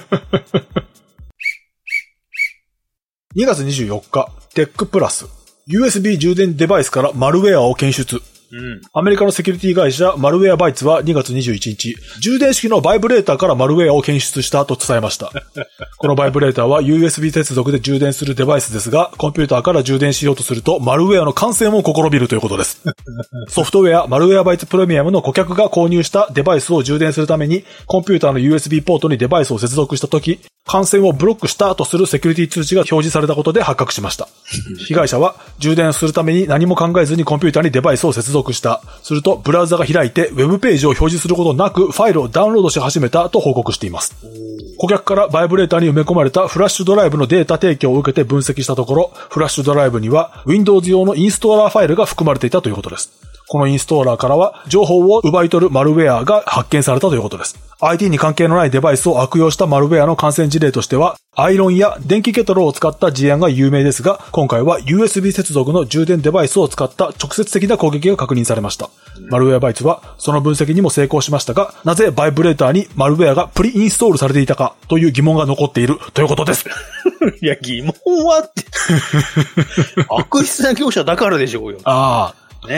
にがつにじゅうよっか、テックプラス。ユーエスビー 充電デバイスからマルウェアを検出。うん、アメリカのセキュリティ会社マルウェアバイツはにがつにじゅういちにち、充電式のバイブレーターからマルウェアを検出したと伝えました。このバイブレーターは ユーエスビー 接続で充電するデバイスですが、コンピューターから充電しようとするとマルウェアの感染を試みるということです。ソフトウェアマルウェアバイツプレミアムの顧客が購入したデバイスを充電するために、コンピューターの ユーエスビー ポートにデバイスを接続したとき、感染をブロックしたとするセキュリティ通知が表示されたことで発覚しました。被害者は充電するために何も考えずにコンピューターにデバイスを接続した。するとブラウザが開いてウェブページを表示することなくファイルをダウンロードし始めたと報告しています。顧客からバイブレーターに埋め込まれたフラッシュドライブのデータ提供を受けて分析したところ、フラッシュドライブには Windows 用のインストーラーファイルが含まれていたということです。このインストーラーからは情報を奪い取るマルウェアが発見されたということです。アイティー に関係のないデバイスを悪用したマルウェアの感染事例としては、アイロンや電気ケトルを使った事案が有名ですが、今回は ユーエスビー 接続の充電デバイスを使った直接的な攻撃が確認されました。マルウェアバイツはその分析にも成功しましたが、なぜバイブレーターにマルウェアがプリインストールされていたかという疑問が残っているということです。 いや、疑問はって。悪質な業者だからでしょうよ。 ああ。 ね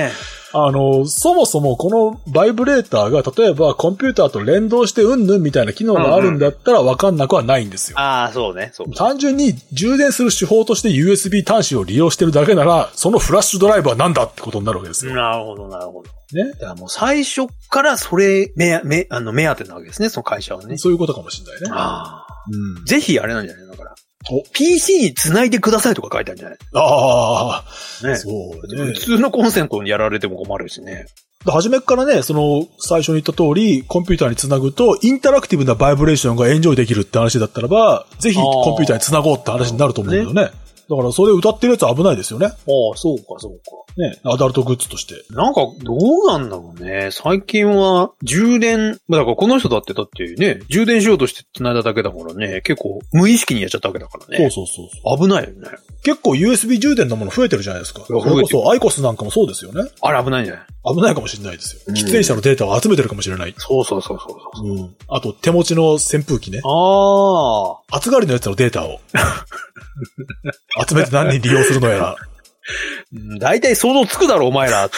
あの、そもそもこのバイブレーターが例えばコンピューターと連動してうんぬんみたいな機能があるんだったら分かんなくはないんですよ。 うんうん、ああ、そうね。そう。 単純に充電する手法として ユーエスビー 端子を利用してるだけなら、そのフラッシュドライブはなんだってことになるわけですよ。 なるほど、なるほど。 ね。 だからもう最初からそれ目、目、あの、目当てなわけですね、その会社はね。 そういうことかもしれないね。 ああ。 うん。 ぜひあれなんじゃないのだから。ピーシー に繋いでくださいとか書いてあるんじゃない？ ああ。 ね。 そうね。 普通のコンセントにやられても困るしね。 初めからね、その、最初に言った通り、コンピューターにつなぐと、インタラクティブなバイブレーションがエンジョイできるって話だったらば、ぜひコンピューターにつなごうって話になると思うんだよね。だからそれ歌ってるやつは危ないですよね。ああ、そうか、そうか。 ね、アダルトグッズとして。 なんか、どうなんだろうね。最近は、充電、だからこの人だって、だってね、充電しようとして繋いだだけだからね、結構無意識にやっちゃったわけだからね。 そうそうそうそう。危ないよね。 結構 ユーエスビー 充電のもの増えてるじゃないですか。それこそアイコスなんかもそうですよね。 あれ危ないんじゃない？ 危ないかもしれないですよ。うん、喫煙者のデータを集めてるかもしれない。 そうそうそうそうそう。 うん。あと、手持ちの扇風機ね。 ああ。 暑がりのやつのデータを。集めて何に利用するのやら。 大体想像つくだろ、お前ら。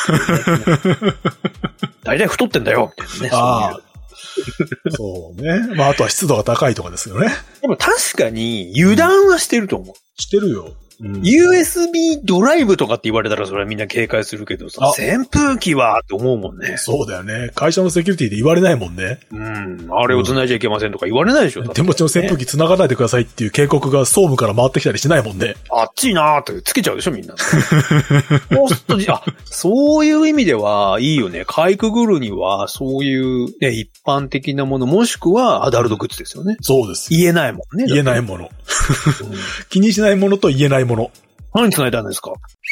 大体太ってんだよ、みたいなね。 ああ。そうね。まあ、あとは湿度が高いとかですよね。 でも確かに油断はしてると思う。うん、 してるよ。うん、 ユーエスビー ドライブとかって言われたらそれはみんな警戒するけどさ、扇風機はって思うもんね。 そうだよね。会社のセキュリティで言われないもんね。 うん。あれを繋いじゃいけませんとか言われないでしょ。うん、 手持ちの扇風機繋がないでくださいっていう警告が総務から回ってきたりしないもんね。 あっちいなーってつけちゃうでしょみんな。もうちょっとじ、あ、そういう意味ではいいよね。かいくぐるにはそういう、ね、一般的なものもしくはアダルトグッズですよね。 そうです。 言えないもんね。 言えないもの。気にしないものと言えないもの。 何繋いだんですか？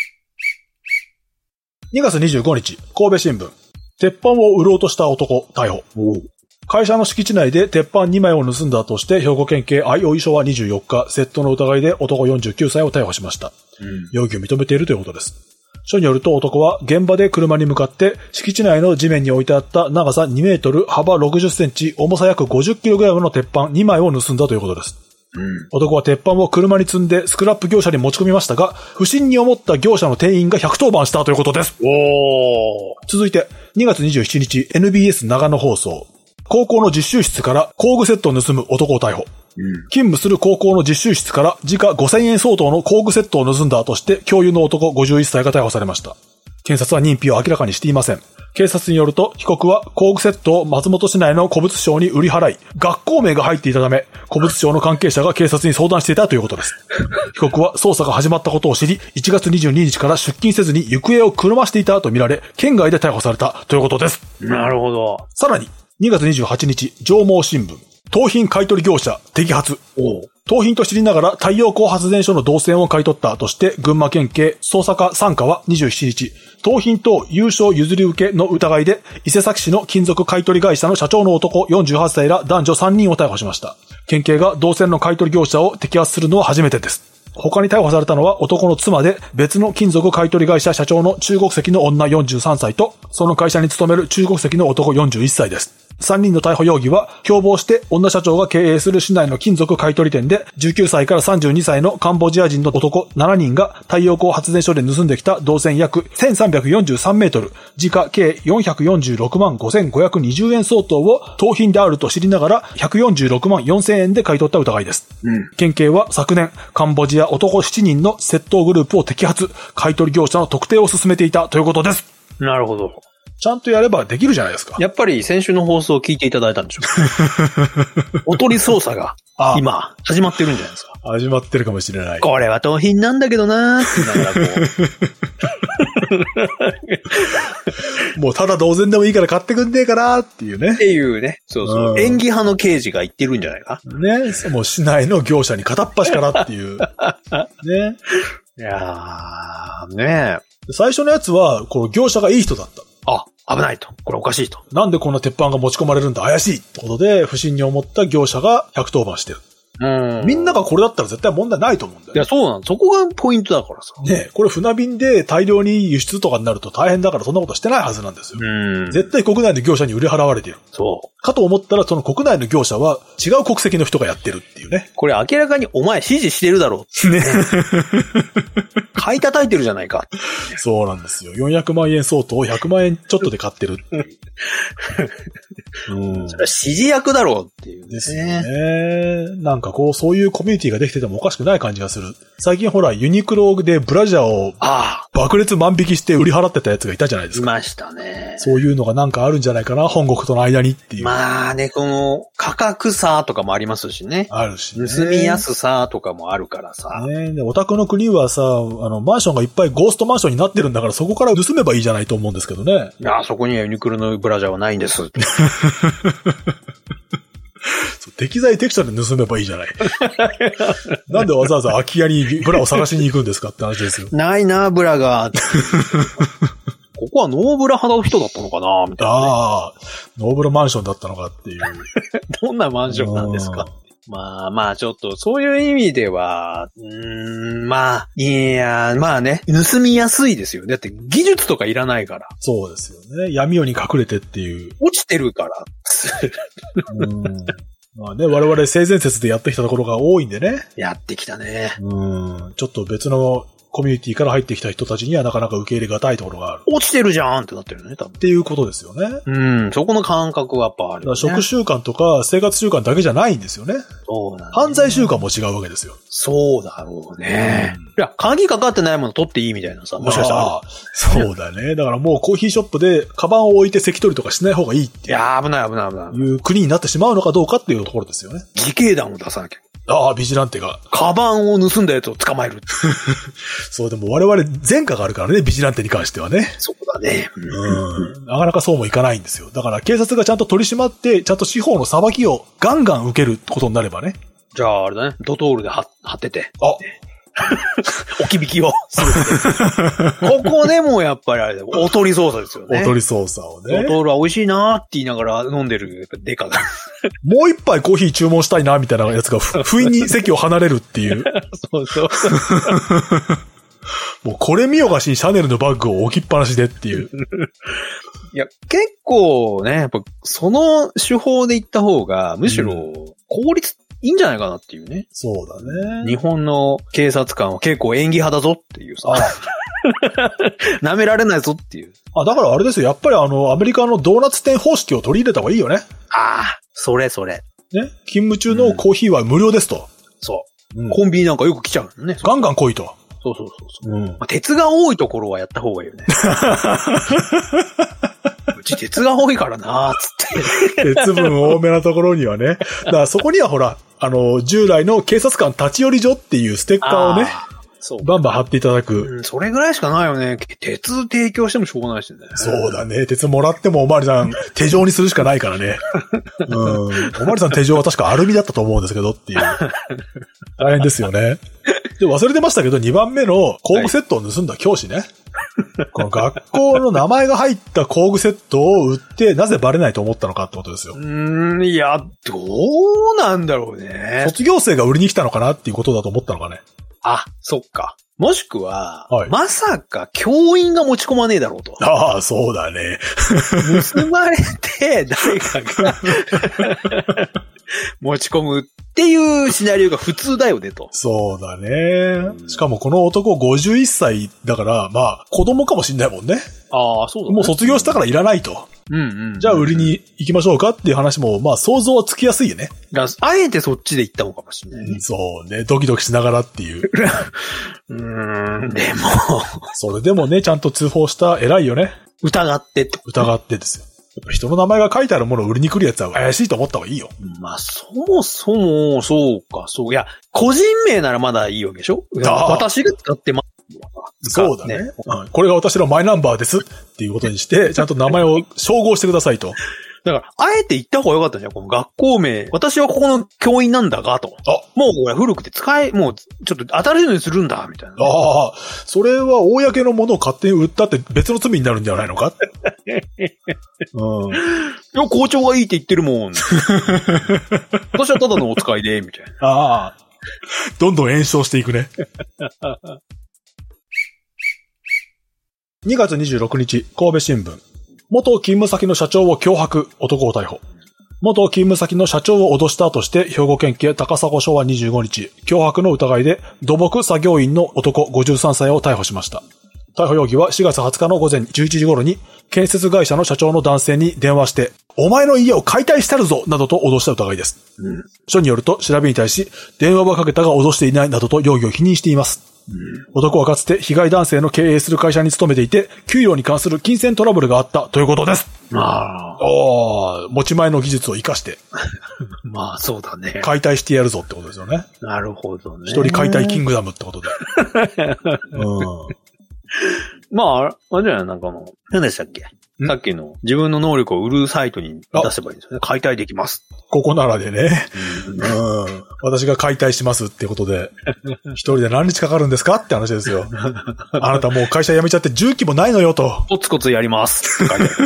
にがつにじゅうごにち、神戸新聞。鉄板を売ろうとした男、逮捕。会社の敷地内で鉄板にまいを盗んだとして、兵庫県警相生署はにじゅうよっか、窃盗の疑いで男よんじゅうきゅうさいを逮捕しました。うん、容疑を認めているということです。署によると男は現場で車に向かって敷地内の地面に置いてあった長さにメートル、幅ろくじゅっセンチ、重さ約ごじゅっキログラムの鉄板にまいを盗んだということです。うん、男は鉄板を車に積んでスクラップ業者に持ち込みましたが、不審に思った業者の店員がひゃくとおばんしたということです。おー。続いて、にがつにじゅうしちにち エヌビーエス 長野放送。高校の実習室から工具セットを盗む男を逮捕。うん、勤務する高校の実習室から時価ごせんえん相当の工具セットを盗んだとして教諭の男ごじゅういっさいが逮捕されました。検察は認否を明らかにしていません。警察によると、被告は工具セットを松本市内の古物商に売り払い、学校名が入っていたため、古物商の関係者が警察に相談していたということです。被告は捜査が始まったことを知り、いちがつにじゅうににちから出勤せずに行方をくるましていたとみられ、県外で逮捕されたということです。 なるほど。 さらに、にがつにじゅうはちにち、上毛新聞。盗品買取業者摘発。盗品と知りながら太陽光発電所の銅線を買い取ったとして群馬県警捜査課さん課はにじゅうしちにち、盗品等有償譲り受けの疑いで伊勢崎市の金属買取会社の社長の男よんじゅうはっさいら男女さんにんを逮捕しました。県警が銅線の買取業者を摘発するのは初めてです。他に逮捕されたのは男の妻で別の金属買取会社社長の中国籍の女よんじゅうさんさいとその会社に勤める中国籍の男よんじゅういっさいです。さんにんの逮捕容疑は共謀して女社長が経営する市内の金属買取店でじゅうきゅうさいからさんじゅうにさいのカンボジア人の男ななにんが太陽光発電所で盗んできた銅線約せんさんびゃくよんじゅうさんメートル、時価計よんひゃくよんじゅうろくまんごせんごひゃくにじゅうえん相当を盗品であると知りながらひゃくよんじゅうろくまんよんせんえんで買い取った疑いです。うん、県警は昨年カンボジア男しちにんの窃盗グループを摘発、買取業者の特定を進めていたということです。 なるほど。 ちゃんとやればできるじゃないですか。 やっぱり先週の放送を聞いていただいたんでしょうおとり捜査が今始まってるんじゃないですか。 始まってるかもしれない。 これは盗品なんだけどなーって言いながらこう。もうただ同然でもいいから買ってくんねえかなーっていうね。 っていうね。そうそう。うん、演技派の刑事が言ってるんじゃないか。 ね。もう市内の業者に片っ端からっていう。ね。 いやー、ねえ。 最初のやつは、この業者がいい人だった。 あ、危ないと。これおかしいと。 なんでこんな鉄板が持ち込まれるんだ怪しいってことで、不審に思った業者がひゃくとおばんしてる。 うん。みんながこれだったら絶対問題ないと思うんだよ、ね。 いや、そうなんそこがポイントだからさ。 ねこれ船便で大量に輸出とかになると大変だからそんなことしてないはずなんですよ。うん。絶対国内の業者に売り払われてる。そう。かと思ったらその国内の業者は違う国籍の人がやってるっていうね。 これ明らかにお前指示してるだろう。ね。買い叩いてるじゃないか。 そうなんですよ。よんひゃくまんえん相当をひゃくまんえんちょっとで買ってるっていう。 うん、それは指示役だろうっていう、ね。 ですよね。なんかこう、そういうコミュニティができててもおかしくない感じがする。最近ほら、ユニクロでブラジャーを爆裂万引きして売り払ってたやつがいたじゃないですか。 いましたね。 そういうのがなんかあるんじゃないかな、本国との間にっていう。 まあね、この価格差とかもありますしね。 あるし、ね。 盗みやすさとかもあるからさ。 ねで、お宅の国はさ、あの、マンションがいっぱいゴーストマンションになってるんだからそこから盗めばいいじゃないと思うんですけどね。 いや、そこにはユニクロのブラジャーはないんです。 適材適所で盗めばいいじゃない。なんでわざわざ空き家にブラを探しに行くんですかって話ですよ。 ないな、ブラが。ここはノーブラ派の人だったのかなみたいな、ね。ああ、ノーブラマンションだったのかっていう。 どんなマンションなんですか？まあまあちょっとそういう意味では、うーん、まあ、いや、まあね、盗みやすいですよね。だって技術とかいらないから。 そうですよね。闇夜に隠れてっていう。 落ちてるから。 うんまあね、我々性善説でやってきたところが多いんでね。 やってきたね。 うん。ちょっと別のコミュニティから入ってきた人たちにはなかなか受け入れがたいところがある。 落ちてるじゃんってなってるよね、多分。 っていうことですよね。 うん、そこの感覚はやっぱある、ね。 食習慣とか生活習慣だけじゃないんですよね。 そうなん、ね、 犯罪習慣も違うわけですよ。 そうだろうね。うん、いや、鍵かかってないもの取っていいみたいなさ、もしかしたら。 そうだね。だからもうコーヒーショップでカバンを置いて席取りとかしない方がいいっていう。 いや、危ない危ない危ない。 いう国になってしまうのかどうかっていうところですよね。 自警団を出さなきゃ。 ああ、ビジランテが。 カバンを盗んだやつを捕まえる。 そう、でも我々前科があるからね、ビジランテに関してはね。 そうだね。 うん。なかなかそうもいかないんですよ。だから警察がちゃんと取り締まって、ちゃんと司法の裁きをガンガン受けることになればね。 じゃあ、あれだね。ドトールで貼ってて。 あ置き引きをする。ここでもやっぱりあれだよ。おとり捜査ですよね。 おとり捜査をね。 ドトールは美味しいなーって言いながら飲んでるデカが。 もう一杯コーヒー注文したいなみたいなやつが不意に席を離れるっていう。 そうそう。 もうこれ見よがしにシャネルのバッグを置きっぱなしでっていう。 いや、結構ね、やっぱその手法で行った方が、むしろ効率いいんじゃないかなっていうね。 そうだね。 日本の警察官は結構演技派だぞっていうさ。舐められないぞっていう。 あ、だからあれですよ。やっぱりあの、アメリカのドーナツ店方式を取り入れた方がいいよね。 ああ、それそれ。 ね。勤務中のコーヒーは無料ですと。うん、 そう、うん。コンビニなんかよく来ちゃうね。 ガンガン来いと。 そうそうそうそう、うんまあ。鉄が多いところはやった方がいいよね。うち鉄が多いからなーつって。 鉄分多めなところにはね。だからそこにはほら、あの、従来の警察官立ち寄り所っていうステッカーをね、そうバンバン貼っていただく、 うん。それぐらいしかないよね。鉄提供してもしょうがないしね。 そうだね。鉄もらってもおまわりさん手錠にするしかないからね。うん。おまわりさん手錠は確かアルミだったと思うんですけどっていう。大変ですよね。で、忘れてましたけど、にばんめの工具セットを盗んだ教師ね。はい、この学校の名前が入った工具セットを売って、なぜバレないと思ったのかってことですよ。 うーん、いや、どうなんだろうね。 卒業生が売りに来たのかなっていうことだと思ったのかね。 あ、そっか。もしくは、はい、まさか教員が持ち込まねえだろうと。 ああ、そうだね。 盗まれて、誰かが持ち込むっていうシナリオが普通だよねと。 そうだね。しかもこの男ごじゅういっさいだから、まあ、子供かもしんないもんね。 ああ、そうだね。 もう卒業したからいらないと。 うんうんうんうん、 じゃあ売りに行きましょうかっていう話も、まあ想像はつきやすいよね。 あえてそっちで行ったのかもしれない、ね。 そうね。ドキドキしながらっていう。 うーん、でも。 それでもね、ちゃんと通報した偉いよね。 疑ってって。 疑ってですよ。やっぱ人の名前が書いてあるものを売りに来るやつは怪しいと思った方がいいよ。 まあ、そもそも、そうか、そう。いや、個人名ならまだいいわけでしょ？私が使ってます。 そうだね、ねうん。これが私のマイナンバーですっていうことにして、ちゃんと名前を照合してくださいと。 だから、あえて言った方がよかったんじゃん。この学校名。私はここの教員なんだが、と。あもうこれ古くて使え、もうちょっと新しいのにするんだ、みたいな、ね。 ああ、それは公のものを勝手に売ったって別の罪になるんじゃないのかうん。 いや、校長がいいって言ってるもん。私はただのお使いで、みたいな。 ああ。どんどん炎症していくね。にがつにじゅうろくにち、神戸新聞。元勤務先の社長を脅迫、男を逮捕。元勤務先の社長を脅したとして、兵庫県警高砂署はにじゅうごにち、脅迫の疑いで土木作業員の男ごじゅうさんさいを逮捕しました。逮捕容疑はしがつはつかのごぜんじゅういちじ頃に、建設会社の社長の男性に電話して、お前の家を解体したるぞなどと脅した疑いです。うん、署によると調べに対し、電話はかけたが脅していないなどと容疑を否認しています。うん、男はかつて被害男性の経営する会社に勤めていて、給料に関する金銭トラブルがあったということです。ああ。持ち前の技術を活かして。 まあそうだね。 解体してやるぞってことですよね。 なるほどね。 一人解体キングダムってことで。うん、 まあ、あれじゃない、なんかもう、何でしたっけ？さっきの自分の能力を売るサイトに出せばいいんですよね。解体できます。 ここならでね。うん、私が解体しますってことで、一人で何日かかるんですかって話ですよ。あなたもう会社辞めちゃって重機もないのよと。 コツコツやります。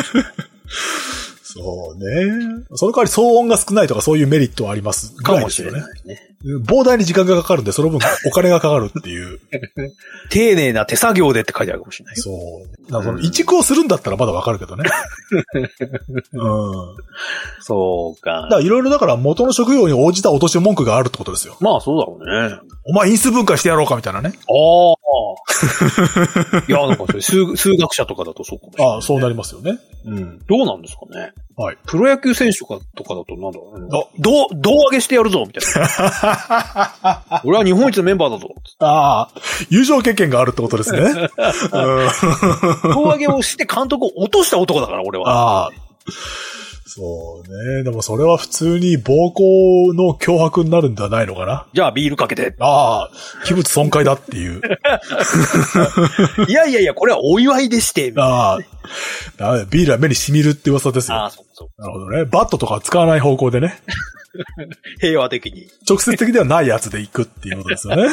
そうね。その代わり騒音が少ないとかそういうメリットはありますかもしれないね。 膨大に時間がかかるんで、その分お金がかかるっていう。 丁寧な手作業でって書いてあるかもしれない。 そう。だからその移築をするんだったらまだわかるけどね。うん。 そうか。 だからいろいろだから元の職業に応じた落とし文句があるってことですよ。 まあそうだろうね。 お前因数分解してやろうかみたいなね。 ああ。いや、なんかそれ数、数学者とかだとそうかもしれない、ね。 ああ、そうなりますよね。 うん。どうなんですかね。 はい。 プロ野球選手とか、とかだとなんだろう、ね。あ、胴、胴上げしてやるぞみたいな。俺は日本一のメンバーだぞ。 ああ、優勝経験があるってことですね。うん、 胴上げをして監督を落とした男だから、俺は。 ああ。そうね。でもそれは普通に暴行の脅迫になるんではないのかな。 じゃあビールかけて。 ああ、器物損壊だっていう。 いやいやいや、これはお祝いでして。 ああ、ビールは目に染みるって噂ですよ。 ああ、そうそう。 なるほどね。バットとか使わない方向でね。 平和的に。 直接的ではないやつで行くっていうことですよね。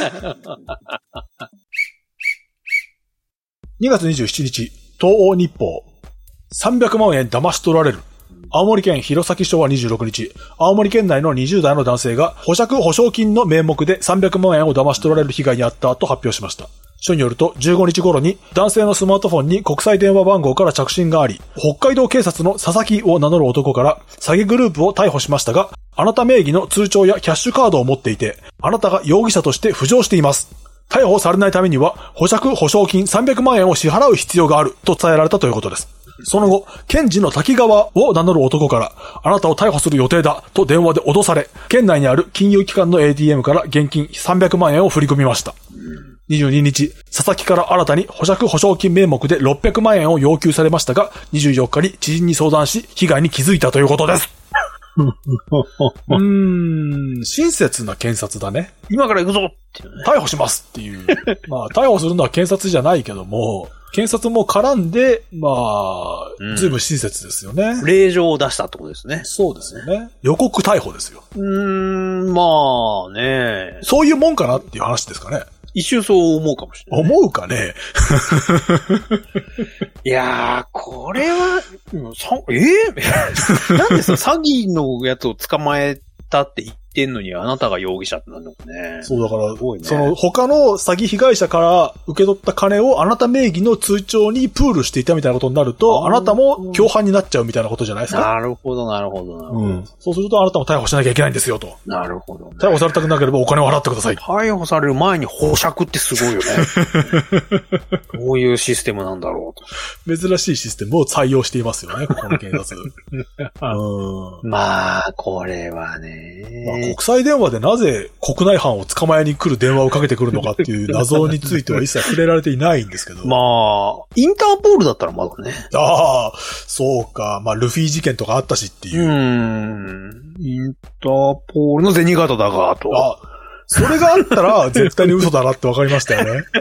にがつにじゅうしちにち、東欧日報。さんびゃくまんえん騙し取られる。青森県弘前署はにじゅうろくにち、青森県内のにじゅうだいの男性が保釈保証金の名目でさんびゃくまんえんを騙し取られる被害に遭ったと発表しました。署によるとじゅうごにち頃に男性のスマートフォンに国際電話番号から着信があり、北海道警察の佐々木を名乗る男から詐欺グループを逮捕しましたが、あなた名義の通帳やキャッシュカードを持っていて、あなたが容疑者として浮上しています。逮捕されないためには保釈保証金さんびゃくまんえんを支払う必要があると伝えられたということです。その後、検事の滝川を名乗る男から、あなたを逮捕する予定だと電話で脅され、県内にある金融機関の エーティーエム から現金さんびゃくまんえんを振り込みました。にじゅうににち、佐々木から新たに保釈保証金名目でろっぴゃくまんえんを要求されましたが、にじゅうよっかに知人に相談し、被害に気づいたということです。うーん、親切な検察だね。 今から行くぞっていう、ね、 逮捕しますっていう。まあ、逮捕するのは検察じゃないけども、検察も絡んで、まあ、うん、ずいぶん親切ですよね。 令状を出したってことですね。 そうですよね。予告逮捕ですよ。 うーん、まあね。 そういうもんかなっていう話ですかね。 一瞬そう思うかもしれない。 思うかね。 いやー、これは、さえー、なんでさ、詐欺のやつを捕まえたって言ってんのにあなたが容疑者ってなるのかね。 そうだから、ね、その他の詐欺被害者から受け取った金をあなた名義の通帳にプールしていたみたいなことになると、あなたも共犯になっちゃうみたいなことじゃないですか。 なるほど、なるほど、なるほど。うん。 そうするとあなたも逮捕しなきゃいけないんですよと。 なるほど、ね。 逮捕されたくなければお金を払ってください。 逮捕される前に保釈ってすごいよね。どういうシステムなんだろうと。珍しいシステムを採用していますよね、ここの警察。 うん、まあ、これはね。 まあ、国際電話でなぜ国内犯を捕まえに来る電話をかけてくるのかっていう謎については一切触れられていないんですけど。 まあ、インターポールだったらまだね。 ああ、そうか。まあ、ルフィ事件とかあったしっていう。 うーん。インターポールの銭形だが、と。 あ、それがあったら絶対に嘘だなって分かりましたよね。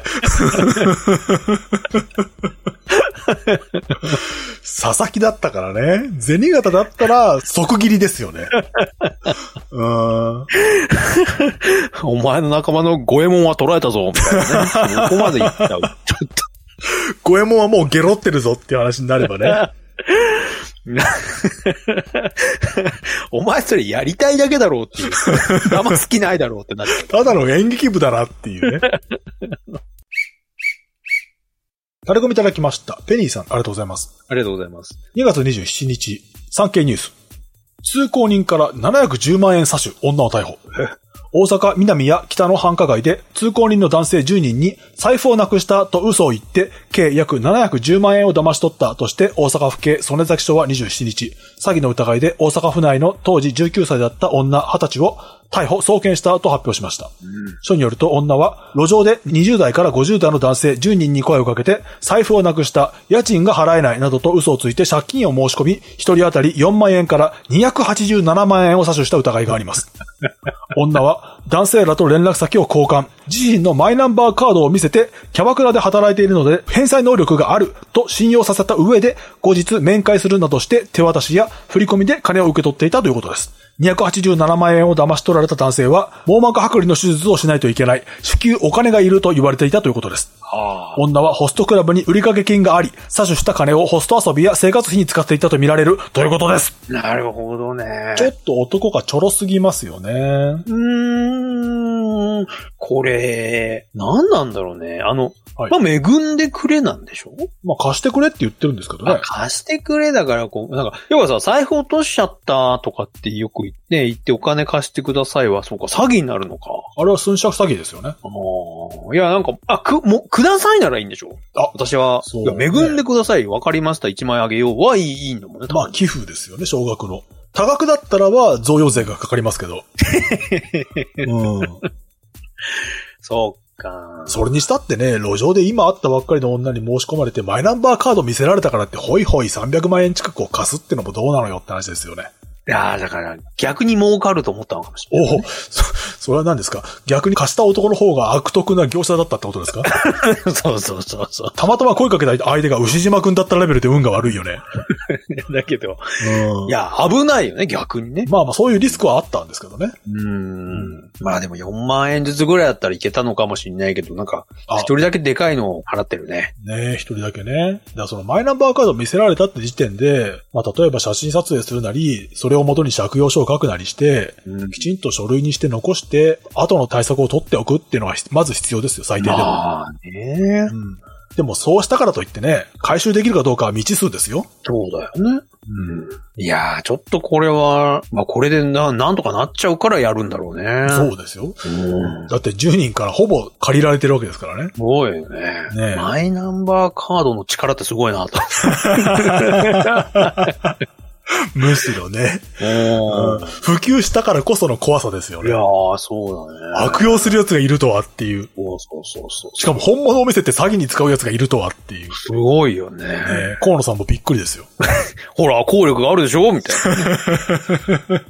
佐々木だったからね。銭形だったら即切りですよね。うーん。 お前の仲間の五右衛門は捕らえたぞ、みたいなね。ここまで言った。ちょっと。 五右衛門はもうゲロってるぞっていう話になればね。 お前それやりたいだけだろうっていう。騙す気ないだろうってなって。 ただの演劇部だなっていうね。タレコミいただきました。ペニーさん、ありがとうございます。 ありがとうございます。 にがつにじゅうしちにち、産経ニュース。通行人からななひゃくじゅうまんえん詐取、女を逮捕。大阪南や北の繁華街で通行人の男性じゅうにんに財布をなくしたと嘘を言って計約ななひゃくじゅうまんえんを騙し取ったとして大阪府警曽根崎署はにじゅうしちにち、詐欺の疑いで大阪府内の当時じゅうきゅうさいだった女はたちを逮捕・送検したと発表しました。うん、署によると女は路上でにじゅうだいからごじゅうだいの男性じゅうにんに声をかけて財布をなくした家賃が払えないなどと嘘をついて借金を申し込みひとり当たりよんまんえんからにひゃくはちじゅうななまんえんを詐取した疑いがあります。女は男性らと連絡先を交換、自身のマイナンバーカードを見せてキャバクラで働いているので返済能力があると信用させた上で後日面会するなどして手渡しや振り込みで金を受け取っていたということです。にひゃくはちじゅうななまんえんを騙し取られた男性は網膜剥離の手術をしないといけない、至急お金がいると言われていたということです。はあ、女はホストクラブに売掛金があり、詐取した金をホスト遊びや生活費に使っていたとみられるということです。 なるほどね。 ちょっと男がちょろすぎますよね。 うーん、これ、何なんだろうね。あの、はい、まあ、恵んでくれなんでしょ？ まあ、貸してくれって言ってるんですけどね。 貸してくれだから、こう、なんか、要はさ、財布落としちゃったとかってよく言って、言ってお金貸してくださいは、そうか、詐欺になるのか。 あれは寸借詐欺ですよね。ああ。いや、なんか、あ、く、も、くださいならいいんでしょ？あ、私は、そう、ね、いや、恵んでください。わかりました。いちまんえんあげようはいい、いいんだもんね。 まあ、寄付ですよね、少額の。多額だったらは、贈与税がかかりますけど。うん。 そうそれにしたってね、路上で今会ったばっかりの女に申し込まれてマイナンバーカード見せられたからってホイホイさんびゃくまんえん近くを貸すってのもどうなのよって話ですよね。 いやー、だから逆に儲かると思ったのかもしれない、ね。 おお、そ、それは何ですか？逆に貸した男の方が悪徳な業者だったってことですか？ そうそうそうそう。 たまたま声かけた相手が牛島くんだったレベルで運が悪いよね。 だけど、うん、いや、危ないよね、逆にね。 まあまあそういうリスクはあったんですけどね。 うーん。うん、まあでもよんまんえんずつぐらいだったらいけたのかもしれないけど、なんか、一人だけでかいのを払ってるね。 ねえ、一人だけね。だからそのマイナンバーカード見せられたって時点で、まあ例えば写真撮影するなり、それを元に借用書を書くなりして、うん、きちんと書類にして残して、後の対策を取っておくっていうのはまず必要ですよ、最低でも。 ああね、 うん。でもそうしたからといってね、回収できるかどうかは未知数ですよ。 そうだよね。うん。いやー、ちょっとこれは、まあこれでな、なんとかなっちゃうからやるんだろうね。 そうですよ。うん、だってじゅうにんからほぼ借りられてるわけですからね。 すごいよね。ね、マイナンバーカードの力ってすごいなと。 むしろね、うん。普及したからこその怖さですよね。 いやー、そうだね。 悪用する奴がいるとはっていう。 そうそうそうそう。 しかも本物を見せて詐欺に使う奴がいるとはっていう。 すごいよね。ね、 河野さんもびっくりですよ。 ほら、効力があるでしょみたいな。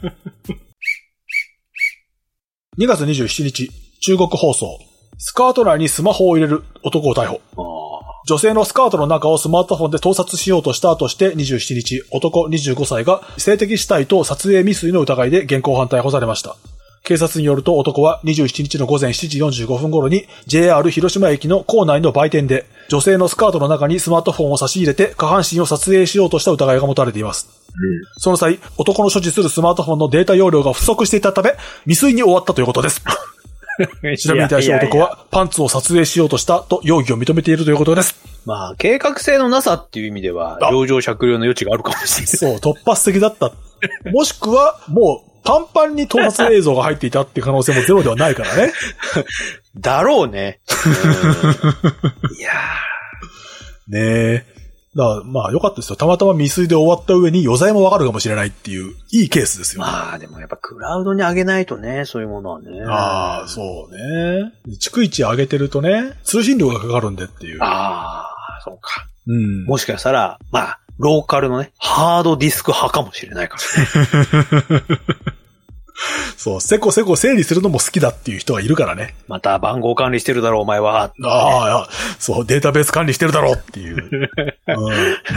にがつにじゅうしちにち、中国放送。スカート内にスマホを入れる男を逮捕。女性のスカートの中をスマートフォンで盗撮しようとしたとしてにじゅうしちにち、男にじゅうごさいが性的死体と撮影未遂の疑いで現行犯逮捕されました。警察によると男はにじゅうしちにちのごぜんしちじよんじゅうごふん頃に ジェイアール 広島駅の構内の売店で女性のスカートの中にスマートフォンを差し入れて下半身を撮影しようとした疑いが持たれています。うん、その際、男の所持するスマートフォンのデータ容量が不足していたため未遂に終わったということです。調べに対して男はパンツを撮影しようとしたと容疑を認めているということです。 まあ、計画性のなさっていう意味では、情状酌量の余地があるかもしれない。 そう、突発的だった。もしくは、もう、パンパンに盗撮映像が入っていたっていう可能性もゼロではないからね。 だろうね。ういやー。ねえ。だからまあ良かったですよ。たまたま未遂で終わった上に余罪もわかるかもしれないっていう、いいケースですよ。 まあでもやっぱクラウドに上げないとね、そういうものはね。 ああ、そうね。逐一上げてるとね、通信料がかかるんでっていう。 ああ、そうか。 うん。 もしかしたら、まあ、ローカルのね、ハードディスク派かもしれないからね。 そう、せこせこ整理するのも好きだっていう人がいるからね。 また番号管理してるだろう、お前は。 ああ、そう、データベース管理してるだろうっていう。うん、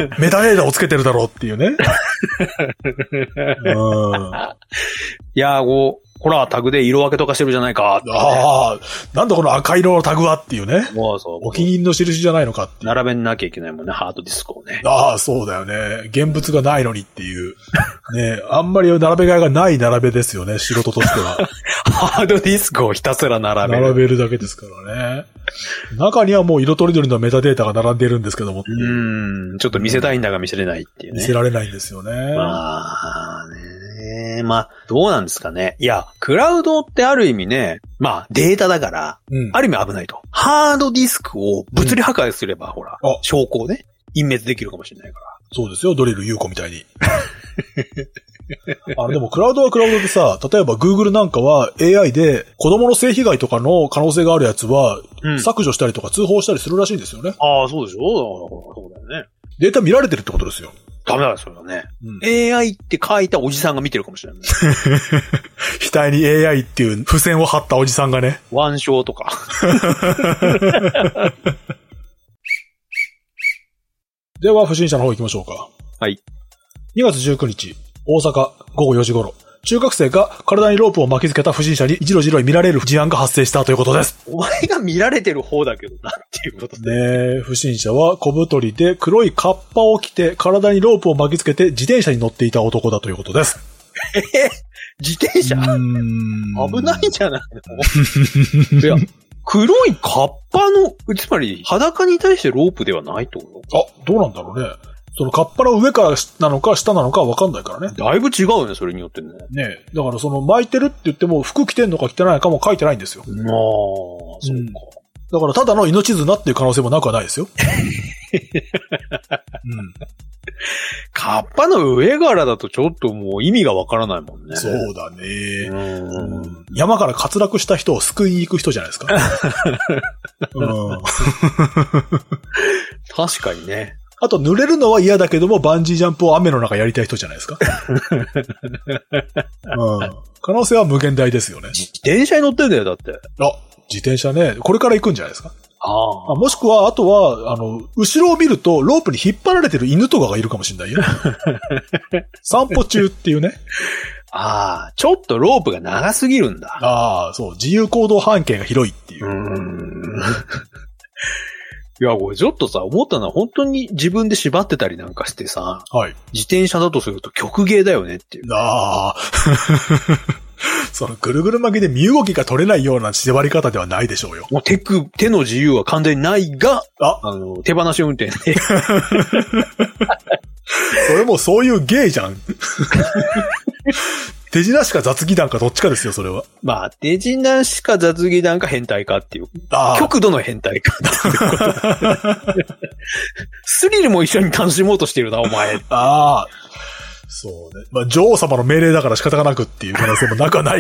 メタデータをつけてるだろうっていうね。うん、 いや、こう、 ほら、タグで色分けとかしてるじゃないかって、ね。 ああ、なんだこの赤色のタグはっていうね。 そうそう。 お気に入りの印じゃないのかって。 並べなきゃいけないもんね、ハードディスクをね。 ああ、そうだよね。現物がないのにっていう。ねあんまり並べがいがない並べですよね、仕事としては。 ハードディスクをひたすら並べる。 並べるだけですからね。中にはもう色とりどりのメタデータが並んでいるんですけども。 うん、ちょっと見せたいんだが見せれないっていうね。 見せられないんですよね。 まあね。えー、まあ、どうなんですかね。いや、クラウドってある意味ね、まあ、データだから、うん、ある意味危ないと。ハードディスクを物理破壊すれば、うん、ほら、証拠をね、隠滅できるかもしれないから。 そうですよ、ドリル優子みたいに。あの、でも、クラウドはクラウドでさ、例えば Google なんかは エーアイ で子供の性被害とかの可能性があるやつは、削除したりとか通報したりするらしいんですよね。 うん、ああ、そうでしょ？そうだよね。 データ見られてるってことですよ。 ダメだよ、それはね、うん。エーアイ って書いたおじさんが見てるかもしれない。 額に エーアイ っていう付箋を貼ったおじさんがね。 腕章とか。 では、不審者の方行きましょうか。 はい。 にがつじゅうくにち、大阪ごごよじ頃。中学生が体にロープを巻きつけた不審者にじろじろ見られる事案が発生したということです。 お前が見られてる方だけどなっていうことで。ね不審者は小太りで黒いカッパを着て体にロープを巻きつけて自転車に乗っていた男だということです。 え自転車？うーん危ないんじゃないの？いや、黒いカッパの、つまり裸に対してロープではないってこと？ あ、どうなんだろうね。そのカッパの上からなのか下なのかわかんないからね。 だいぶ違うよね、それによってね。 ねえ。だからその巻いてるって言っても服着てんのか着てないのかも書いてないんですよ。ああ、 そうか、うん。 だからただの命綱っていう可能性もなくはないですよ。うん、 カッパの上からだとちょっともう意味がわからないもんね。 そうだね、うんうん。山から滑落した人を救いに行く人じゃないですか。うん、 確かにね。 あと濡れるのは嫌だけどもバンジージャンプを雨の中やりたい人じゃないですか。うん、可能性は無限大ですよね。 自転車に乗ってんだよ、だって。 あ、自転車ね。これから行くんじゃないですか。 ああ。 もしくは、あとは、あの、後ろを見ると、ロープに引っ張られてる犬とかがいるかもしれないよ。散歩中っていうね。 ああ、ちょっとロープが長すぎるんだ。 ああ、そう。自由行動半径が広いっていう。うーんいや、これちょっとさ、思ったのは本当に自分で縛ってたりなんかしてさ、 はい。 自転車だとすると極芸だよねっていう。 ああ。そのぐるぐる巻きで身動きが取れないような縛り方ではないでしょうよ。 もう手く、手の自由は完全にないが、あ、あの、手放し運転で。 それもそういう芸じゃん。手品しか雑技団かどっちかですよ、それは。 まあ、手品しか雑技団か変態かっていう。極度の変態かっていうこと。スリルも一緒に楽しもうとしてるな、お前。 ああ。そうね。まあ、女王様の命令だから仕方がなくっていう可能性もなくはない。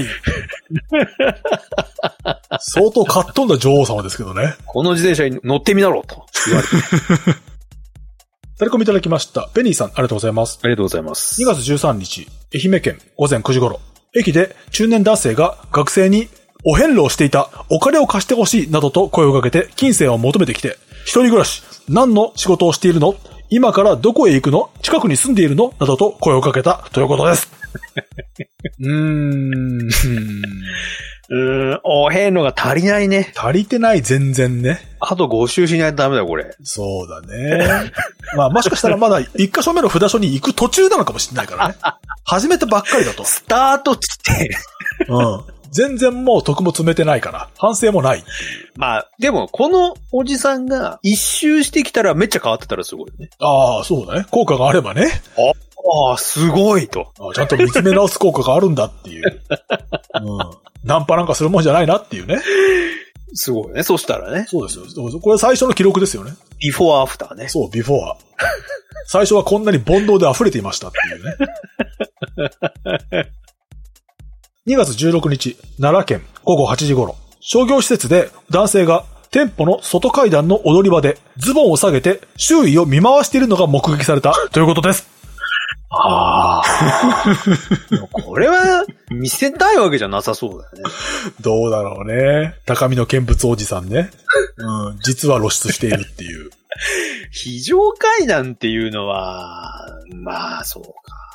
相当かっ飛んだ女王様ですけどね。 この自転車に乗ってみだろうと言われて。 タレコミいただきました。ペニーさん、ありがとうございます。 ありがとうございます。 にがつじゅうさんにち、愛媛県午前くじ頃、駅で中年男性が学生にお遍路をしていた、お金を貸してほしいなどと声をかけて金銭を求めてきて、一人暮らし、何の仕事をしているの？今からどこへ行くの？近くに住んでいるの？などと声をかけたということです。うーん。 うーん、お遍路が足りないね。 足りてない、全然ね。 あとご周しないとダメだよ、これ。 そうだね。まあ、もしかしたらまだ一箇所目の札所に行く途中なのかもしれないからね。始めたばっかりだと。 スタート地点。 うん。全然もう得も詰めてないから、反省もないっていう。 まあ、でも、このおじさんが一周してきたらめっちゃ変わってたらすごいね。 ああ、そうだね。効果があればね。 ああ、すごいと。 あちゃんと見つめ直す効果があるんだっていう。うん。ナンパなんかするもんじゃないなっていうね。 すごいね。そしたらね。 そうですよ。これ最初の記録ですよね。 ビフォーアフターね。 そう、ビフォー。最初はこんなに煩悩で溢れていましたっていうね。にがつじゅうろくにち、奈良県ごごはちじ頃、商業施設で男性が店舗の外階段の踊り場でズボンを下げて周囲を見回しているのが目撃されたということです。 ああ。これは見せたいわけじゃなさそうだよね。 どうだろうね。高みの見物おじさんね。うん、実は露出しているっていう。 非常階段っていうのは、まあそうか。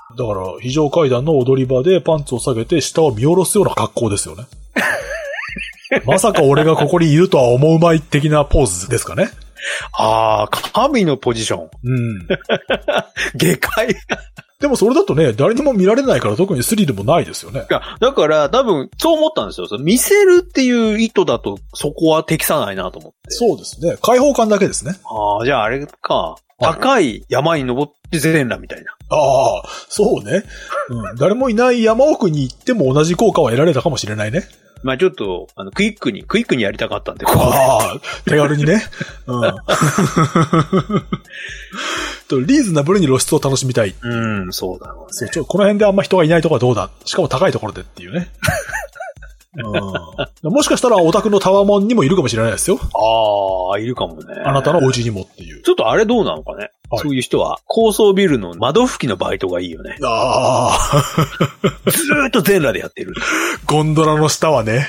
だから、非常階段の踊り場でパンツを下げて下を見下ろすような格好ですよね。まさか俺がここにいるとは思うまい的なポーズですかね。 ああ、神のポジション。 うん。 下界。 でもそれだとね、誰にも見られないから特にスリルもないですよね。 いや、だから多分そう思ったんですよ。見せるっていう意図だとそこは適さないなと思って。 そうですね。開放感だけですね。 ああ、じゃああれか。高い山に登って全裸みたいな。 ああ、そうね。うん。誰もいない山奥に行っても同じ効果は得られたかもしれないね。 まあちょっと、あの、クイックに、クイックにやりたかったんで。 ああ、手軽にね。うん。と、リーズナブルに露出を楽しみたい。 うん、そうだろうね。 そう、ちょ、この辺であんま人がいないとこはどうだ。しかも高いところでっていうね。うん、もしかしたらオタクのタワモンにもいるかもしれないですよ。 ああ、いるかもね。 あなたのお家にもっていう。 ちょっとあれどうなのかね。はい、そういう人は、高層ビルの窓拭きのバイトがいいよね。 ああ。 ずーっと全裸でやってる。 ゴンドラの下はね。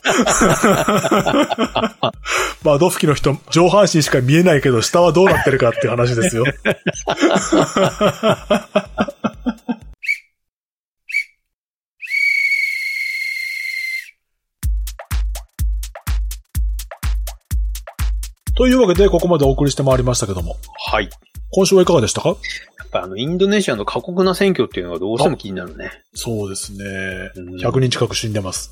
窓拭きの人、上半身しか見えないけど、下はどうなってるかっていう話ですよ。というわけで、ここまでお送りしてまいりましたけども。 はい。 今週はいかがでしたか？やっぱあの、インドネシアの過酷な選挙っていうのがどうしても気になるね。 そうですね。ひゃくにん近く死んでます。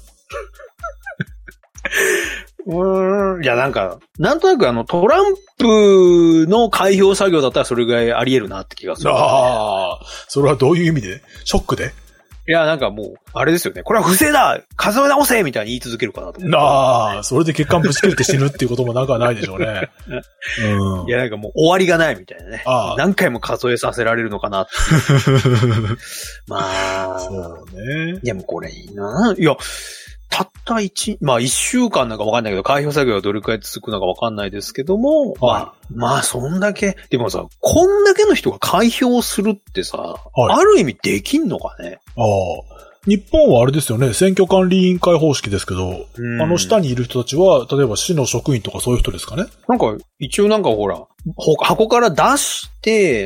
うーん。いや、なんか、なんとなくあの、トランプの開票作業だったらそれぐらいあり得るなって気がする、ね。 ああ、それはどういう意味で？ショックで？ いや、なんかもう、あれですよね。これは不正だ数え直せみたいに言い続けるかなと思って。 ああ、それで血管ぶち切れて死ぬっていうこともなくはないでしょうね。 うん、いや、なんかもう終わりがないみたいなね。ああ、何回も数えさせられるのかなって。まあ。 そうね。 いや、もうこれいいな。いや、たった一、まあ一週間なんかわかんないけど、開票作業がどれくらい続くのかわかんないですけども、はい、まあ、まあそんだけ、でもさ、こんだけの人が開票するってさ、はい、ある意味できんのかね。 ああ。日本はあれですよね、選挙管理委員会方式ですけど、あの下にいる人たちは、例えば市の職員とかそういう人ですかね。 なんか、一応なんかほら、箱から出して、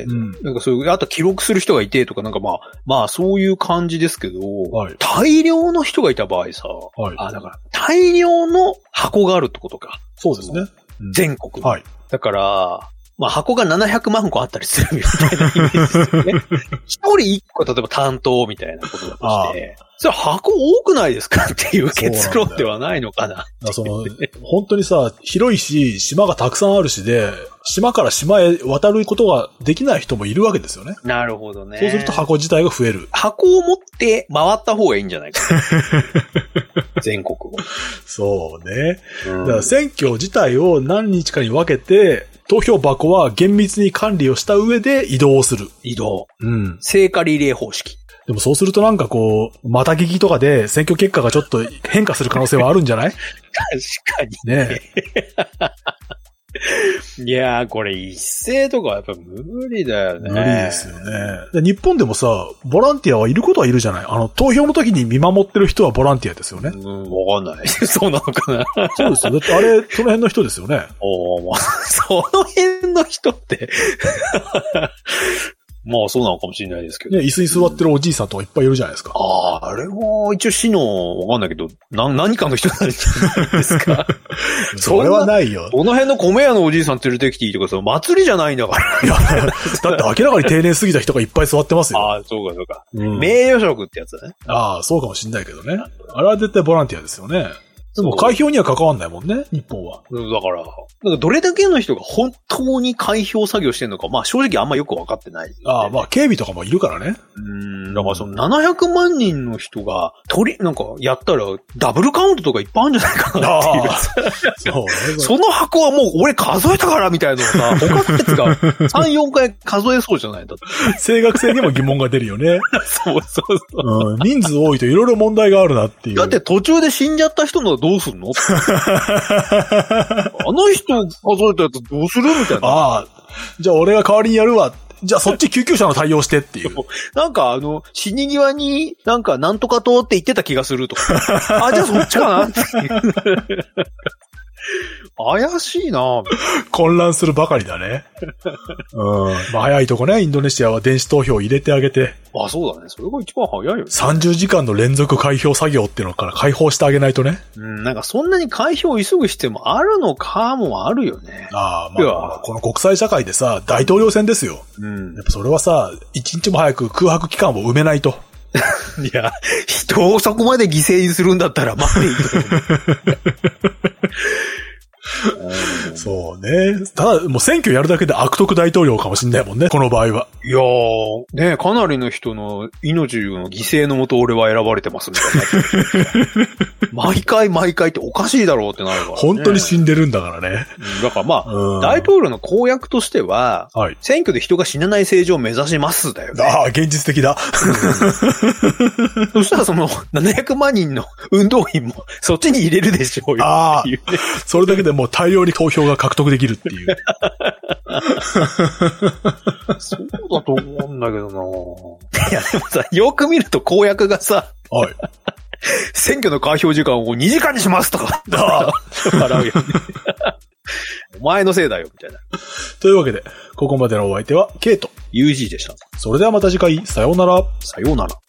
うん、なんかそういう、あと記録する人がいてとかなんかまあ、まあそういう感じですけど、はい、大量の人がいた場合さ、はい、あ、だから大量の箱があるってことか。 そうですね。 うん、全国。 はい。 だから、まあ箱がななひゃくまんこあったりするみたいなイメージですよね。一人一個例えば担当みたいなことだとして、それ箱多くないですかっていう結論ではないのかな。 その本当にさ、広いし、島がたくさんあるしで、島から島へ渡ることができない人もいるわけですよね。 なるほどね。 そうすると箱自体が増える。 箱を持って回った方がいいんじゃないかな。全国を。 そうね。うん、だから選挙自体を何日かに分けて、投票箱は厳密に管理をした上で移動をする。 移動。 うん。 聖火リレー方式。 でもそうするとなんかこう、また聞きとかで選挙結果がちょっと変化する可能性はあるんじゃない？ 確かに。 ねいやー、これ一斉とかはやっぱ無理だよね。 無理ですよね。で日本でもさ、ボランティアはいることはいるじゃない？あの、投票の時に見守ってる人はボランティアですよね。 うん、わかんない。そうなのかな。 そうですよ。だってあれ、その辺の人ですよね。 おー、まあ、その辺の人って。まあそうなのかもしれないですけど。 ね、椅子に座ってるおじいさんとかいっぱいいるじゃないですか。 ああ、あれは一応市の、わかんないけど、な、何かの人なんじゃないですか。 それはないよ。 この辺の米屋のおじいさん連れてきていいとか、その祭りじゃないんだから。いや、 だって明らかに定年過ぎた人がいっぱい座ってますよ。 ああ、そうかそうか。うん、名誉職ってやつだね。 ああ、そうかもしれないけどね。あれは絶対ボランティアですよね。でも開票には関わんないもんね、日本は。 だから、だからどれだけの人が本当に開票作業してるのか、まあ正直あんまよく分かってない、ね。 ああ、まあ警備とかもいるからね。 うん、だからそのななひゃくまん人の人が、取り、なんかやったらダブルカウントとかいっぱいあるんじゃないかなっていう。あそうね。その箱はもう俺数えたからみたいなのさ、他のやつがさん、よんかい数えそうじゃないだって。 正確性にも疑問が出るよね。 そうそうそう、 うん。人数多いといろいろ問題があるなっていう。 だって途中で死んじゃった人のどうすんのあの人数えたやつどうするみたいな。ああ。 じゃあ俺が代わりにやるわ。じゃあそっち救急車の対応してっていう。 なんかあの、死に際になんかなんとか党って言ってた気がするとか。あ、じゃあそっちかなっていう。 怪しいな。 混乱するばかりだね。うん。まあ早いとこね、インドネシアは電子投票を入れてあげて。 あ、そうだね。それが一番早いよね。 さんじゅうじかんの連続開票作業っていうのから解放してあげないとね。 うん、なんかそんなに開票を急ぐ必要もあるのかもあるよね。 ああ、まあ、まあ、この国際社会でさ、大統領選ですよ。うん。やっぱそれはさ、一日も早く空白期間を埋めないと。 いや、人をそこまで犠牲にするんだったら待っていいと思う。そうね。ただ、もう選挙やるだけで悪徳大統領かもしんないもんね、この場合は。 いやー、ね、かなりの人の命の犠牲のもと俺は選ばれてますみたいな。毎回毎回っておかしいだろうってなるから、ね。 本当に死んでるんだからね。 だからまあ、うん、大統領の公約としては、はい、選挙で人が死なない政治を目指しますだよね。 ああ、現実的だ。 そしたらそのななひゃくまん人の運動員もそっちに入れるでしょうよ。 ああ、それだけでもう大量に投票が獲得できるっていう。 そうだと思うんだけどな。いやでもさ、よく見ると公約がさ、はい、選挙の開票時間をにじかんにしますとか、笑うよね。お前のせいだよ、みたいな。 というわけで、ここまでのお相手は、ケイト。 ユージー でした。 それではまた次回、さようなら。 さようなら。